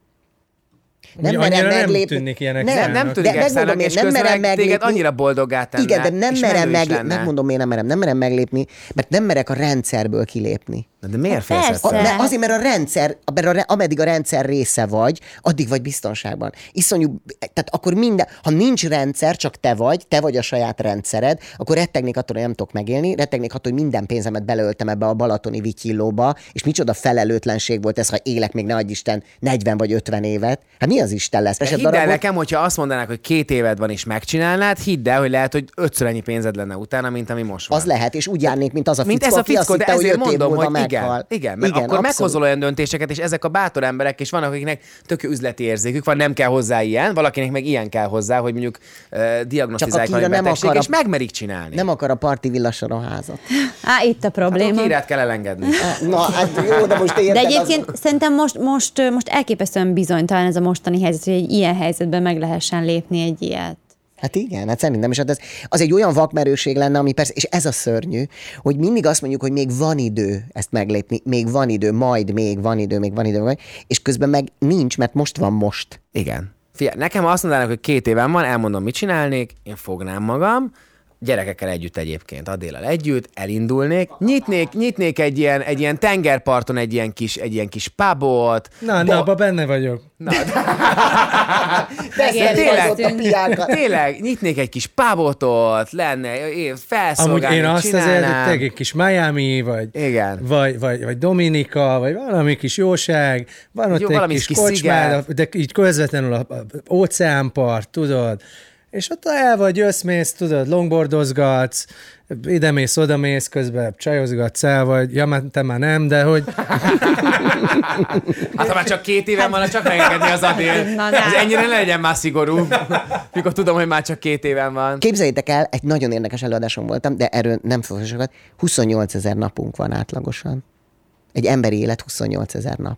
Nem merem meglépni. Nem tűnik ilyenek. Nem, nem tűnik extrának, és közben meg meglépni. Téged annyira boldoggá tenne. Igen, de nem merem meglépni. Megmondom, miért nem merem. Nem merem meglépni, mert nem merek a rendszerből kilépni. De miért félsz? Azért, mert a rendszer, ameddig a rendszer része vagy, addig vagy biztonságban. Iszonyú, tehát akkor minden, ha nincs rendszer, csak te vagy, te vagy a saját rendszered, akkor rettegnék attól, hogy nem tudok megélni, rettegnék attól, hogy minden pénzemet beleöltem ebbe a balatoni vityillóba, és micsoda felelőtlenség volt ez, ha élek még, ne adj Isten, negyven vagy ötven évet. Hát mi az Isten lesz? Hidd el darabot... nekem, hogyha azt mondanák, hogy két éved van és megcsinálnád, hidd el, hogy lehet, hogy ötször ennyi pénzed lenne utána, mint ami most van. Az lehet, és úgy járnék, mint az a mint fickó, ez a fickó, aki de azt hitte, ezért hogy öt mondom, év múlva hogy igen, meghal. igen, mert igen, akkor abszolút. meghozol olyan döntéseket, és ezek a bátor emberek, és vannak, akiknek tök jó üzleti érzékük van, nem kell hozzá ilyen, valakinek meg ilyen kell hozzá, hogy mondjuk uh, diagnosztizálják valami betegség, és megmerik csinálni. Nem akar a parti villasoron házat. Á, itt a probléma. Hát a Kirát kell elengedni. Na, hát jó, de most érted. De egyébként az... szerintem most, most, most elképesztően bizonytalan ez a mostani helyzet, hogy egy ilyen helyzetben meg lehessen lépni egy ilyet. Hát igen, hát szerintem is. Hát ez, az egy olyan vakmerőség lenne, ami persze, és ez a szörnyű, hogy mindig azt mondjuk, hogy még van idő ezt meglépni, még van idő, majd még van idő, még van idő, majd, és közben meg nincs, mert most van most. Igen. Figyelj, nekem azt mondanak, hogy két évem van, elmondom, mit csinálnék, én fognám magam, gyerekekkel együtt egyébként, Adéllal együtt, elindulnék, nyitnék, nyitnék egy ilyen, egy ilyen tengerparton egy ilyen kis, egy ilyen kis pubot. Na, Bo- na, abban benne vagyok. Na, de tényleg, tényleg, nyitnék egy kis pubot ott, lenne, felszolgálni, amúgy én azt csinálnám. azért, egy kis Miami, vagy, vagy, vagy, vagy Dominika, vagy valami kis jóság, van ott jó, egy kis, kis kocsmád, de így közvetlenül a, a óceánpart, tudod, és ott el vagy, jössz-mész, tudod, longboardozgatsz, ide-mész, oda-mész, közben csajozgatsz el, vagy, ja, már, te már nem, de hogy... Hát ha már csak két éven van, csak megengedni az Adél. Ez ennyire ne legyen már szigorú, mikor tudom, hogy már csak két éven van. Képzeljétek el, egy nagyon érdekes előadáson voltam, de erről nem fogok sokat. huszonnyolcezer napunk van átlagosan. Egy emberi élet huszonnyolcezer nap.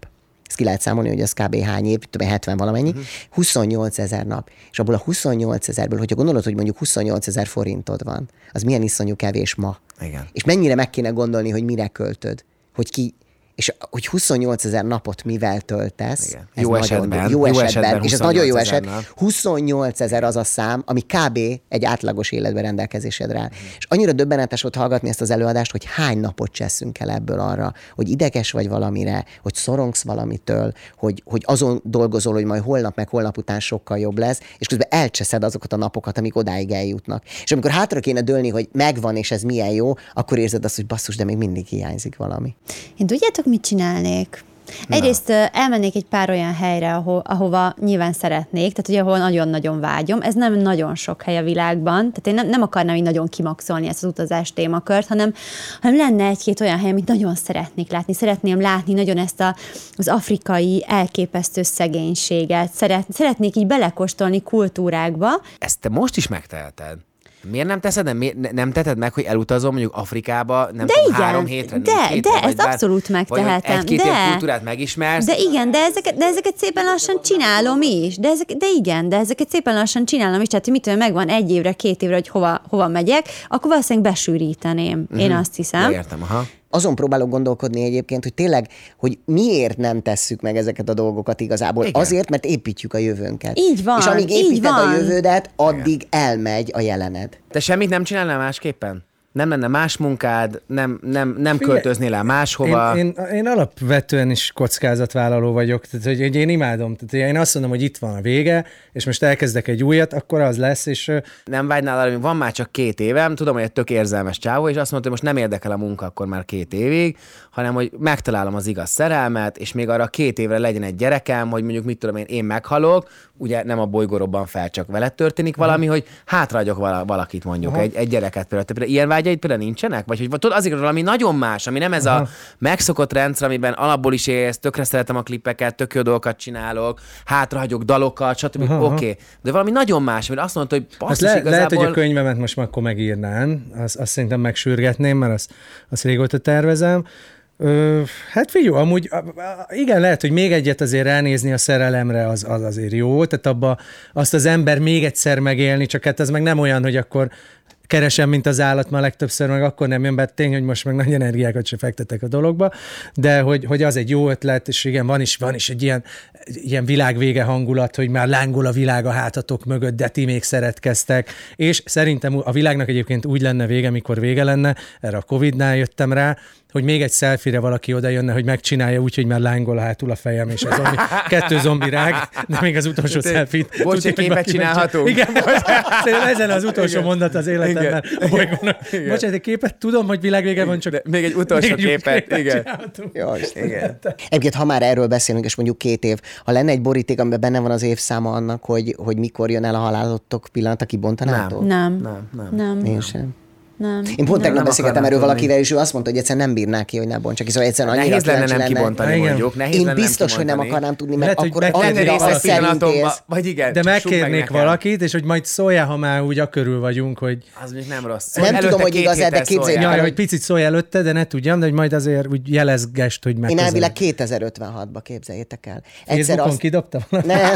ezt ki lehet számolni, hogy az kb. Hány év, több hetven valamennyi, uh-huh. huszonnyolc ezer nap. És abból a huszonnyolc ezerből, hogyha gondolod, hogy mondjuk huszonnyolc ezer forintod van, az milyen iszonyú kevés ma. Igen. És mennyire meg kéne gondolni, hogy mire költöd, hogy ki, és hogy huszonnyolc ezer napot mivel töltesz. Jó esetben. Jó, jó esetben, és ez nagyon jó eset. Nap. huszonnyolc ezer az a szám, ami kb. Egy átlagos életben rendelkezésedre áll. Hmm. És annyira döbbenetes volt hallgatni ezt az előadást, hogy hány napot cseszünk el ebből arra, hogy ideges vagy valamire, hogy szorongsz valamitől, hogy, hogy azon dolgozol, hogy majd holnap meg holnap után sokkal jobb lesz, és közben elcseszed azokat a napokat, amik odáig eljutnak. És amikor hátra kéne dőlni, hogy megvan, és ez milyen jó, akkor érzed azt, hogy basszus, de még mindig hiányzik valami. Én tudjátok, mit csinálnék? Egyrészt Na. elmennék egy pár olyan helyre, aho, ahova nyilván szeretnék, tehát ugye ahol nagyon-nagyon vágyom. Ez nem nagyon sok hely a világban, tehát én nem, nem akarnám így nagyon kimaxolni ezt az utazás témakört, hanem, hanem lenne egy-két olyan hely, amit nagyon szeretnék látni. Szeretném látni nagyon ezt a, az afrikai elképesztő szegénységet. Szeret, szeretnék így belekóstolni kultúrákba. Ezt te most is megteheted. Miért nem teszed, nem, miért nem teted meg, hogy elutazom mondjuk Afrikába, nem de tudom, igen, három hétre, de, négy hétre, de vagy ezt bár, abszolút megtehetem. Vagy egy-két de, év kultúrát megismersz. De igen, de ezeket, de ezeket szépen lassan csinálom is. De, ezek, de igen, de ezeket szépen lassan csinálom is. Tehát, hogy mit tudom, megvan egy évre, két évre, hogy hova, hova megyek, akkor valószínűleg besűríteném. Uh-huh. Én azt hiszem. Ja, értem, aha. Azon próbálok gondolkodni egyébként, hogy tényleg, hogy miért nem tesszük meg ezeket a dolgokat igazából. Igen. Azért, mert építjük a jövőnket. Így van, és amíg építed van. a jövődet, addig Igen. elmegy a jelened. Te semmit nem csinálnál másképpen? Nem lenne más munkád, nem, nem, nem költöznél el máshova? Én, én, én alapvetően is kockázatvállaló vagyok, tehát hogy, hogy én imádom. Tehát én azt mondom, hogy itt van a vége, és most elkezdek egy újat, akkor az lesz, és... Nem vágynál arra, hogy van már csak két évem, tudom, hogy egy tök érzelmes csávó, és azt mondta, hogy most nem érdekel a munka akkor már két évig, hanem hogy megtalálom az igaz szerelmet, és még arra két évre legyen egy gyerekem, hogy mondjuk mit tudom én, én meghalok, ugye nem a bolygó robban fel, csak veled történik valami, hogy hátraadjak valakit mondjuk, egy, egy gyereket például. Te például ilyen vágyaid például nincsenek? Vagy hogy tudod, azért valami nagyon más, ami nem ez Aha. a megszokott rendszer, amiben alapból is élsz, tökre szeretem a klippeket, tök jó dolgokat csinálok, hátrahagyok dalokat, stb. Oké, okay. De valami nagyon más, mert azt mondta, hogy basszus, le, igazából... Lehet, hogy a könyvemet most már akkor megírnám, azt, azt szerintem megsürgetném, mert azt, azt régóta tervezem. Ö, hát figyelj, amúgy igen, lehet, hogy még egyet azért ránézni a szerelemre az, az azért jó, tehát abba azt az ember még egyszer megélni, csak hát ez meg nem olyan, hogy akkor keresem, mint az állat, már legtöbbször meg akkor nem jön be, tény, hogy most meg nagy energiákat se fektetek a dologba, de hogy, hogy az egy jó ötlet, és igen, van is, van is egy ilyen, ilyen világvége hangulat, hogy már lángol a világ a hátatok mögött, de ti még szeretkeztek, és szerintem a világnak egyébként úgy lenne vége, mikor vége lenne, erre a Covidnál jöttem rá, hogy még egy selfie-re valaki oda jönne, hogy megcsinálja úgy, hogy már lángol hátul a fejem, és a zombi, kettő zombi rág, de még az utolsó selfie-t. Bocs, egy képet csinálhatunk. Igen, ezen az utolsó igen. mondat az életemben. Bocs, egy képet, tudom, hogy világvége van, csak... De még egy utolsó még képet, képet, igen. Jó, igen. Egyébként, ha már erről beszélünk, és mondjuk két év, ha lenne egy boríték, amiben benne van az évszáma annak, hogy, hogy mikor jön el a halálotok pillanata, kibontanátok? Nem. Nem. Nem. Nem. Én sem. Nem. Én pont tegnap beszélgettem erről valakivel, és ő azt mondta, hogy egyszerűen nem bírná ki, hogy ne bontsak ki. Szóval egyszerűen annyira nehéz lenne nem kibontani, lenne. mondjuk. Nehéz Én lenne biztos, nem hogy nem akarnám tudni, mert lehet, akkor annyira a szerintész. Vagy igen, de megkérnék valakit, és hogy majd szóljál, ha már úgy akörül vagyunk, hogy... Az még nem rossz. Nem előtte tudom, hogy igaz-e, de képzeljük. Jaj, hogy picit szólj előtte, de ne tudjam, de hogy majd azért úgy jelezgest, hogy megközelít. Én elvileg kétezer-ötvenhatba képzeljétek el. Facebookon kidobtam? Nem.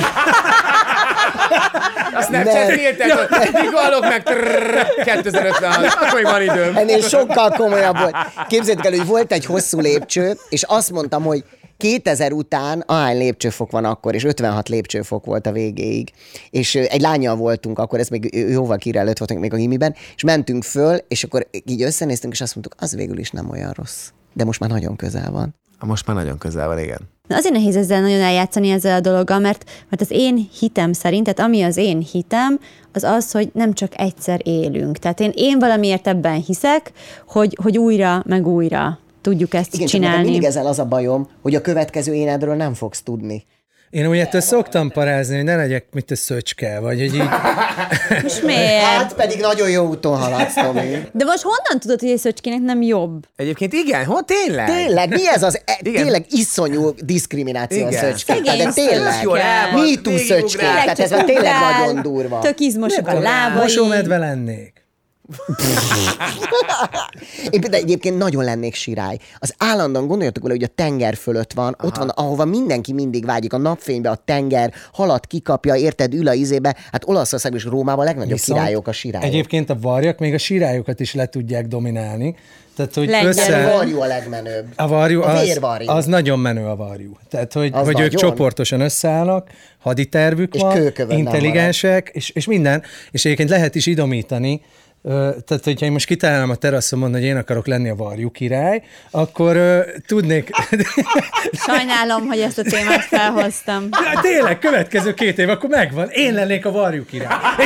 Azt nem cseréltek, mikor halok meg kétezer-ötvenhat, akkor még van időm. Ennél sokkal komolyabb volt. Képzeljétek el, hogy volt egy hosszú lépcső, és azt mondtam, hogy kétezer után ahány lépcsőfok van akkor, és ötvenhat lépcsőfok volt a végéig. És egy lányjal voltunk akkor, ez még jóval kire előtt voltunk még a gimiben, és mentünk föl, és akkor így összenéztünk, és azt mondtuk, az végül is nem olyan rossz. De most már nagyon közel van. Most már nagyon közel van, igen. Na azért nehéz ezzel nagyon eljátszani ezzel a dologgal, mert, mert az én hitem szerint, tehát ami az én hitem, az az, hogy nem csak egyszer élünk. Tehát én, én valamiért ebben hiszek, hogy, hogy újra, meg újra tudjuk ezt igen, csinálni. Igen, mindig ezzel az a bajom, hogy a következő énedről nem fogsz tudni. Én úgy ettől szoktam parázni, hogy ne legyek, mint a szöcske, vagy hogy így... Most miért? Hát pedig nagyon jó úton haladsz, Tomi. De most honnan tudod, hogy egy szöcskének nem jobb? Egyébként igen, hol tényleg? Tényleg, mi ez az, e, tényleg iszonyú diszkrimináció a szöcskék. De tényleg, mi túl szöcskék, tehát ez már tényleg nagyon durva. Tök izmosak a lábai. Mosómedve lennék. Én például egyébként nagyon lennék sirály. Az állandóan gondoljatok vele, hogy a tenger fölött van, Aha. ott van, ahova mindenki mindig vágyik, a napfénybe, a tenger, halat kikapja, érted, ül a izébe. Hát Olaszországban és Rómában a legnagyobb Viszont királyok a sirályok. Egyébként a varjak még a sirályokat is le tudják dominálni. Tehát, hogy Lengyel. össze... A varjú a legmenőbb. A varjú, a az, vérvarjú. az nagyon menő a varjú. Tehát, hogy, hogy ők nagyon? csoportosan összeállnak, haditervük És van, kőkövön nem intelligensek, és, és minden, és egyébként lehet is idomítani. Ö, tehát, hogyha én most kitalálom a teraszomon, hogy én akarok lenni a varjú király, akkor ö, tudnék... Sajnálom, hogy ezt a témát felhoztam. Ja, tényleg, következő két év, akkor megvan. Én lennék a varjú király.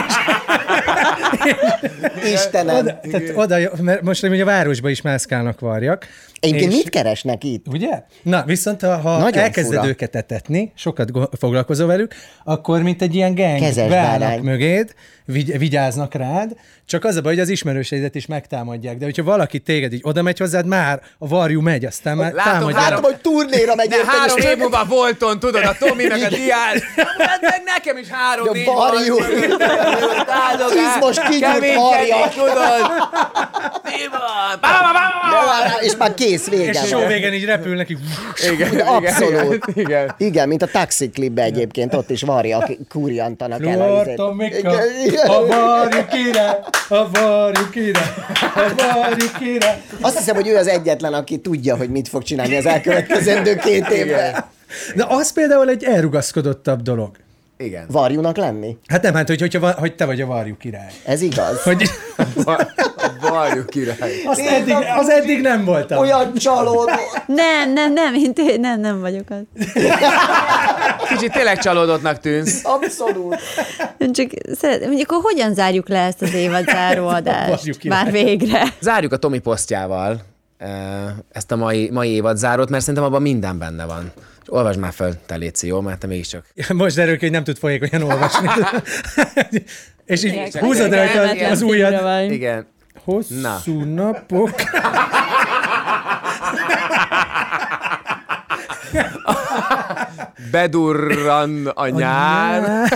És... Istenem. Oda, tehát oda, mert most ugye a városban is mászkálnak varjak. Egyébként és... mit keresnek itt? Ugye? Na, viszont ha, ha Nagyon elkezded fura. őket etetni, sokat go- foglalkozol velük, akkor mint egy ilyen gang Kezes beállnak bárány. mögéd, vigy- vigyáznak rád, csak az a baj, hogy az ismerőseidet is megtámadják. De hogyha valaki téged így oda megy hozzád, már a varjú megy, aztán már Látom, támadják. Látom, hogy turnéra megy. De érted, három és év meg- múlva Volton, tudod, a Tomi meg a Dián. Meg nekem is három De négy varjú. Izmos kigyúrt varja. tudod. Mi van? Bá, bá, bá, bá. És már kész, vége És van. só végén így repül neki. Igen, igen, Abszolút. igen, igen. Igen, mint a Taxi klipben egyébként, ott is varjak kurjantanak el. a izét. Tomika, Igen, igen. a varjú király, a varjú király, a varjú király. Azt hiszem, hogy ő az egyetlen, aki tudja, hogy mit fog csinálni az elkövetkezendő két évben. De az például egy elrugaszkodottabb dolog. Igen. Varjúnak lenni? Hát nem, hát hogy, hogyha, va- hogy te vagy a varjú király. Ez igaz. Hogy Varjú király. az, eddig, az eddig nem voltam. Olyan csalódó. Nem, nem, nem, én té- nem, nem vagyok az. Kicsit tényleg csalódottnak tűnsz. Abszolút. Én csak szeretném, hogy akkor hogyan zárjuk le ezt az évad záróadást? Varjuk király. Már végre. Zárjuk a Tomi posztjával eh, ezt a mai, mai évad zárót, mert szerintem abban minden benne van. Olvasd már fel, te léci, jó? Mert te mégiscsak... Most derül ki, hogy nem tud folyékonyan olvasni. És így Igen. húzod rajta Kellemetlen az figura ujjad. vagy. Igen. Hosszú napok. Bedurran a nyár.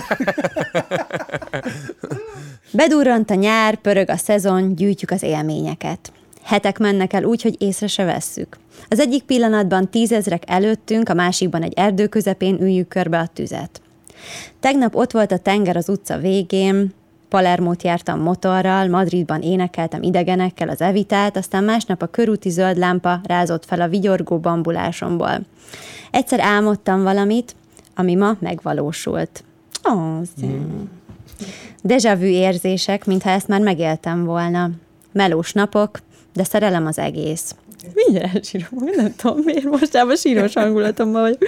Bedurrant a nyár, pörög a szezon, gyűjtjük az élményeket. Hetek mennek el úgy, hogy észre se vesszük. Az egyik pillanatban tízezrek előttünk, a másikban egy erdő közepén üljük körbe a tüzet. Tegnap ott volt a tenger az utca végén, Palermót jártam motorral, Madridban énekeltem idegenekkel az Evitát, aztán másnap a körúti zöld lámpa rázott fel a vigyorgó bambulásomból. Egyszer álmodtam valamit, ami ma megvalósult. Ó, oh, déjà vu érzések, mintha ezt már megéltem volna. Melós napok, de szerelem az egész. Mindjárt sírom, nem tudom miért, mostában sírós hangulatomban vagy.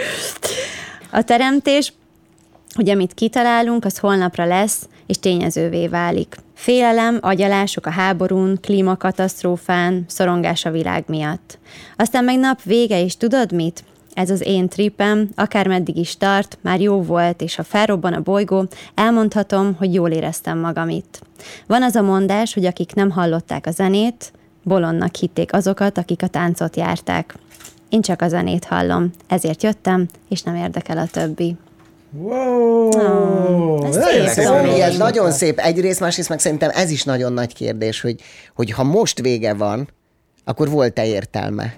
A teremtés, hogy amit kitalálunk, az holnapra lesz, és tényezővé válik. Félelem, agyalások a háborún, klímakatasztrófán, szorongás a világ miatt. Aztán meg nap vége, és tudod mit? Ez az én tripem, akármeddig is tart, már jó volt, és ha felrobban a bolygó, elmondhatom, hogy jól éreztem magam itt. Van az a mondás, hogy akik nem hallották a zenét, bolondnak hitték azokat, akik a táncot járták. Én csak a zenét hallom, ezért jöttem, és nem érdekel a többi. Wow! Oh, ez Nagyon szép szép. szó. Igen, nagyon szép. Egyrészt, másrészt meg szerintem ez is nagyon nagy kérdés, hogy, hogy ha most vége van, akkor volt-e értelme?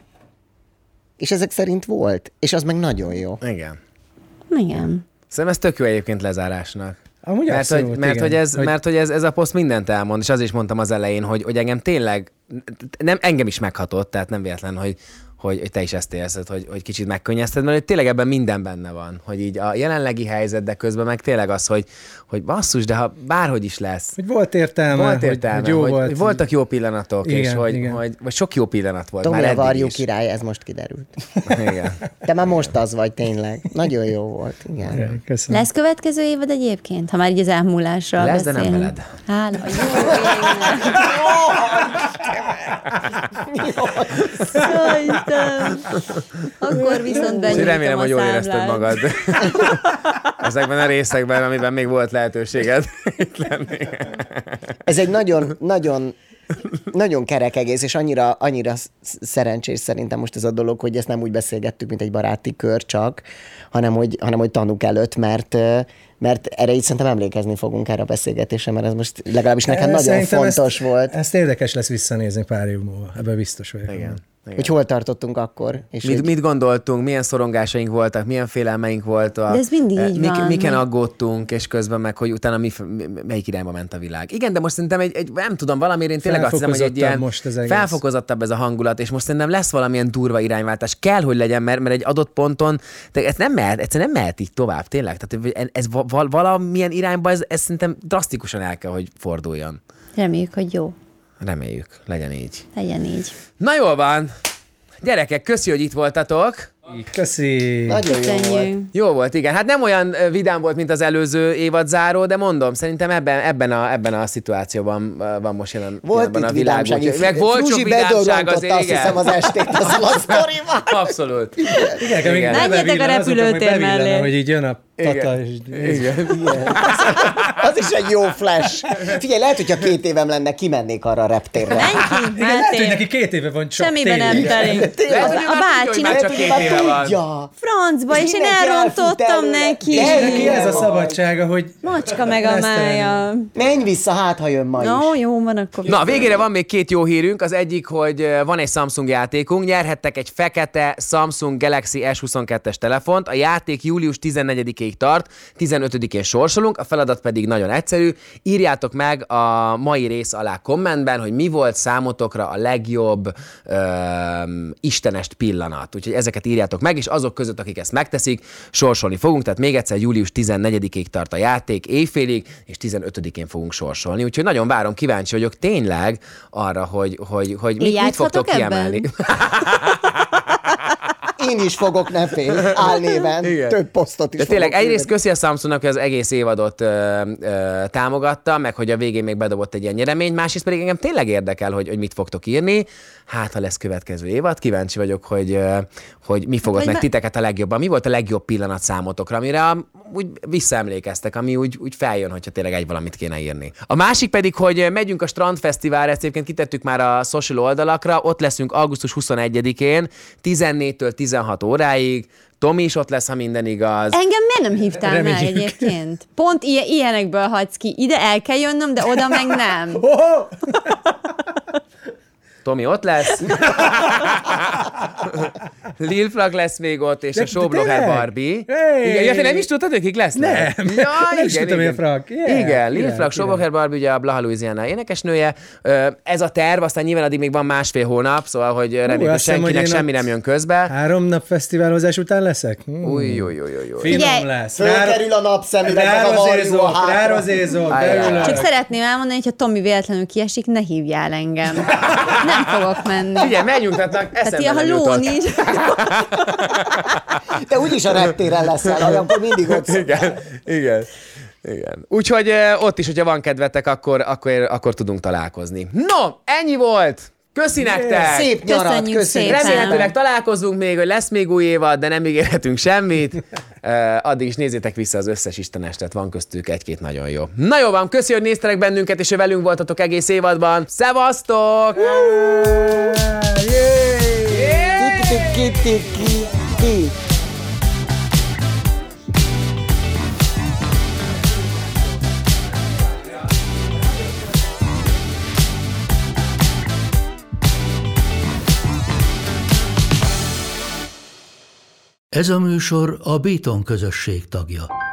És ezek szerint volt. És az meg nagyon jó. Igen. Igen. Szerintem ez tök jó egyébként lezárásnak. Amúgy Mert, abszolút, hogy, mert, igen. hogy, ez, Hogy- mert hogy ez, ez a poszt mindent elmond, és azért is mondtam az elején, hogy, hogy engem tényleg, nem, engem is meghatott, tehát nem véletlen, hogy, hogy, hogy te is ezt érzed, hogy, hogy kicsit megkönnyezted, mert hogy tényleg ebben minden benne van, hogy így a jelenlegi helyzet, de közben meg tényleg az, hogy, hogy basszus, de ha bárhogy is lesz, Hogy volt értelme, volt értelme, hogy, hogy jó hogy, volt. hogy voltak jó pillanatok, Igen, és hogy, igen. hogy vagy sok jó pillanat volt Tomi már a eddig varjú is. király, ez most kiderült. Igen. Te már most az vagy tényleg. Nagyon jó volt. Igen. Igen, köszönöm. Lesz következő évad egyébként, ha már így az elmúlásról Lesz, de nem beszélünk? veled. Hála, jó, Jó, Istenem. Akkor viszont És benyújtom remélem, a hogy jól számlát. érezted magad ezekben a részekben, amiben még volt lehetőséged itt lenni. Ez egy nagyon, nagyon Nagyon kerek egész, és annyira, annyira szerencsés szerintem most ez a dolog, hogy ezt nem úgy beszélgettük, mint egy baráti kör csak, hanem hogy, hanem, hogy tanúk előtt, mert mert erre így szerintem emlékezni fogunk erre a beszélgetésre, mert ez most legalábbis nekem nagyon Szerintem fontos ezt, volt. Ezt érdekes lesz visszanézni pár év múlva, ebben biztos vagyok. Igen. Igen. Hogy hol tartottunk akkor. És Mit, hogy... mit gondoltunk, milyen szorongásaink voltak, milyen félelmeink voltak. De ez mindig így mik, van. Miken aggódtunk, és közben meg, hogy utána mi, melyik irányba ment a világ. Igen, de most szerintem egy, egy nem tudom, valamiért én tényleg azt hiszem, hogy egy ilyen most ez felfokozottabb ez a hangulat, és most szerintem lesz valamilyen durva irányváltás. Kell, hogy legyen, mert, mert egy adott ponton, de ez nem mehet, egyszerűen nem mehet így tovább, tényleg. Tehát ez val, valamilyen irányba, ez, ez szerintem drasztikusan el kell, hogy forduljon. Reméljük, hogy jó. Reméljük, legyen így. Legyen így. Na jól van. Gyerekek, köszi, hogy itt voltatok. Köszi. Nagyon jó volt. Jó volt, igen. Hát nem olyan vidám volt, mint az előző évad záró, de mondom, szerintem ebben, ebben, a, ebben a szituációban van most jelen volt itt a világ. vidámság. Úgy, meg volt sok vidámság azért, azt igen. hiszem az estét azzal a sztorival. Abszolút. Igen, igen. Menjetek a repülőtér mellé. Hogy így jön a tata, és... Igen. Igen. Az is egy jó flash. Figyelj, lehet, hogyha két évem lenne, kimennék arra a reptérre. Menj ki, Igen, lehet, hogy mentél. neki két éve van csak Semmiben nem téli. telik. Lehet, hogy ő A már tudja, hogy bácsinak már csak két éve van. Tudja. francba, és én mindenki elrontottam elfut előle. neki. De Neki ez a szabadsága, hogy... Macska meg a Ezt mája. Menj vissza, hát ha jön ma is. No, jó van akkor. Na, végére van még két jó hírünk. Az egyik, hogy van egy Samsung játékunk. Nyerhettek egy fekete Samsung Galaxy S huszonkettes telefont. A játék július tizennegyedikéig tart, tizenötödikén sorsolunk. A feladat pedig nagyon egyszerű. Írjátok meg a mai rész alá kommentben, hogy mi volt számotokra a legjobb öm, istenest pillanat. Úgyhogy ezeket írjátok meg, és azok között, akik ezt megteszik, sorsolni fogunk. Tehát még egyszer július tizennegyedikéig tart a játék, éjfélig, és tizenötödikén fogunk sorsolni. Úgyhogy nagyon várom, kíváncsi vagyok tényleg arra, hogy, hogy, hogy mit, mit fogtok ebben? kiemelni. Én is fogok, ne félj, álnéven. Igen. Több posztot is De tényleg fogok egyrészt küldeni. köszi a Samsungnak, hogy az egész évadot ö, ö, támogatta, meg hogy a végén még bedobott egy ilyen nyereményt, másrészt pedig engem tényleg érdekel, hogy, hogy mit fogtok írni. Hát, ha lesz következő évad, kíváncsi vagyok, hogy, ö, hogy mi fogott Vagy meg me- titeket a legjobban. Mi volt a legjobb pillanat számotokra, amire a, úgy visszaemlékeztek, ami úgy, úgy feljön, hogyha tényleg egy valamit kéne írni. A másik pedig, hogy megyünk a Strandfesztiválra, ezt egyébként kitettük már a social oldalakra, ott leszünk augusztus huszonegyedikén, tizennégytől tizenhat óráig, Tomi is ott lesz, ha minden igaz. Engem miért nem hívtál meg Reméljük. egyébként? Pont ilyen, ilyenekből hagysz ki. Ide el kell jönnöm, de oda meg nem. Oh! Tomi ott lesz. Lil Flak lesz még ott, és De- a showblogger tényleg? Barbie. Hey! Igen, ja, te nem is tudtad, hogy kik lesznek? Nem. Ja, Nem is igen, tudtam, igen. hogy a Flak. Yeah, Igen, Lil király, Flak, showblogger Barbie, ugye a Blaha Louisiana énekesnője. Ö, Ez a terv, aztán nyilván addig még van másfél hónap, szóval, hogy reméljük, hogy azt hiszem, hogy senkinek én semmi ott nem jön közbe. Három nap fesztiválozás után leszek? Hmm. Új, jó, jó, jó, jó. Finom Figyelj! lesz. Fölkerül a napszemüveg, meg a varjú a Rározézok, hátra. rározézok, Ajaj. beülök. Csak szeretném elmondani, hogy ha Tomi véletlenül kiesik, ne hívjál engem. Nem fogok menni. Figyelj, megnyugtatnak, Tehát eszembe ilyen, ha nem lón jutott. így. Te úgyis a reptéren leszel, olyankor mindig ott Igen, igen. Igen. Úgyhogy eh, ott is, hogyha van kedvetek, akkor, akkor, akkor tudunk találkozni. No, ennyi volt! Köszi nektek! Szép nyarat, Köszönjük köszönjük. szépen. Remélhetőleg találkozunk még, hogy lesz még új évad, de nem ígérhetünk semmit. Uh, addig is nézzétek vissza az összes istenestet, van köztük egy-két nagyon jó. Na jó van, köszi, hogy néztetek bennünket, és hogy velünk voltatok egész évadban. Szevasztok! Tiki, tiki, tiki. Ez a műsor a Béton közösség tagja.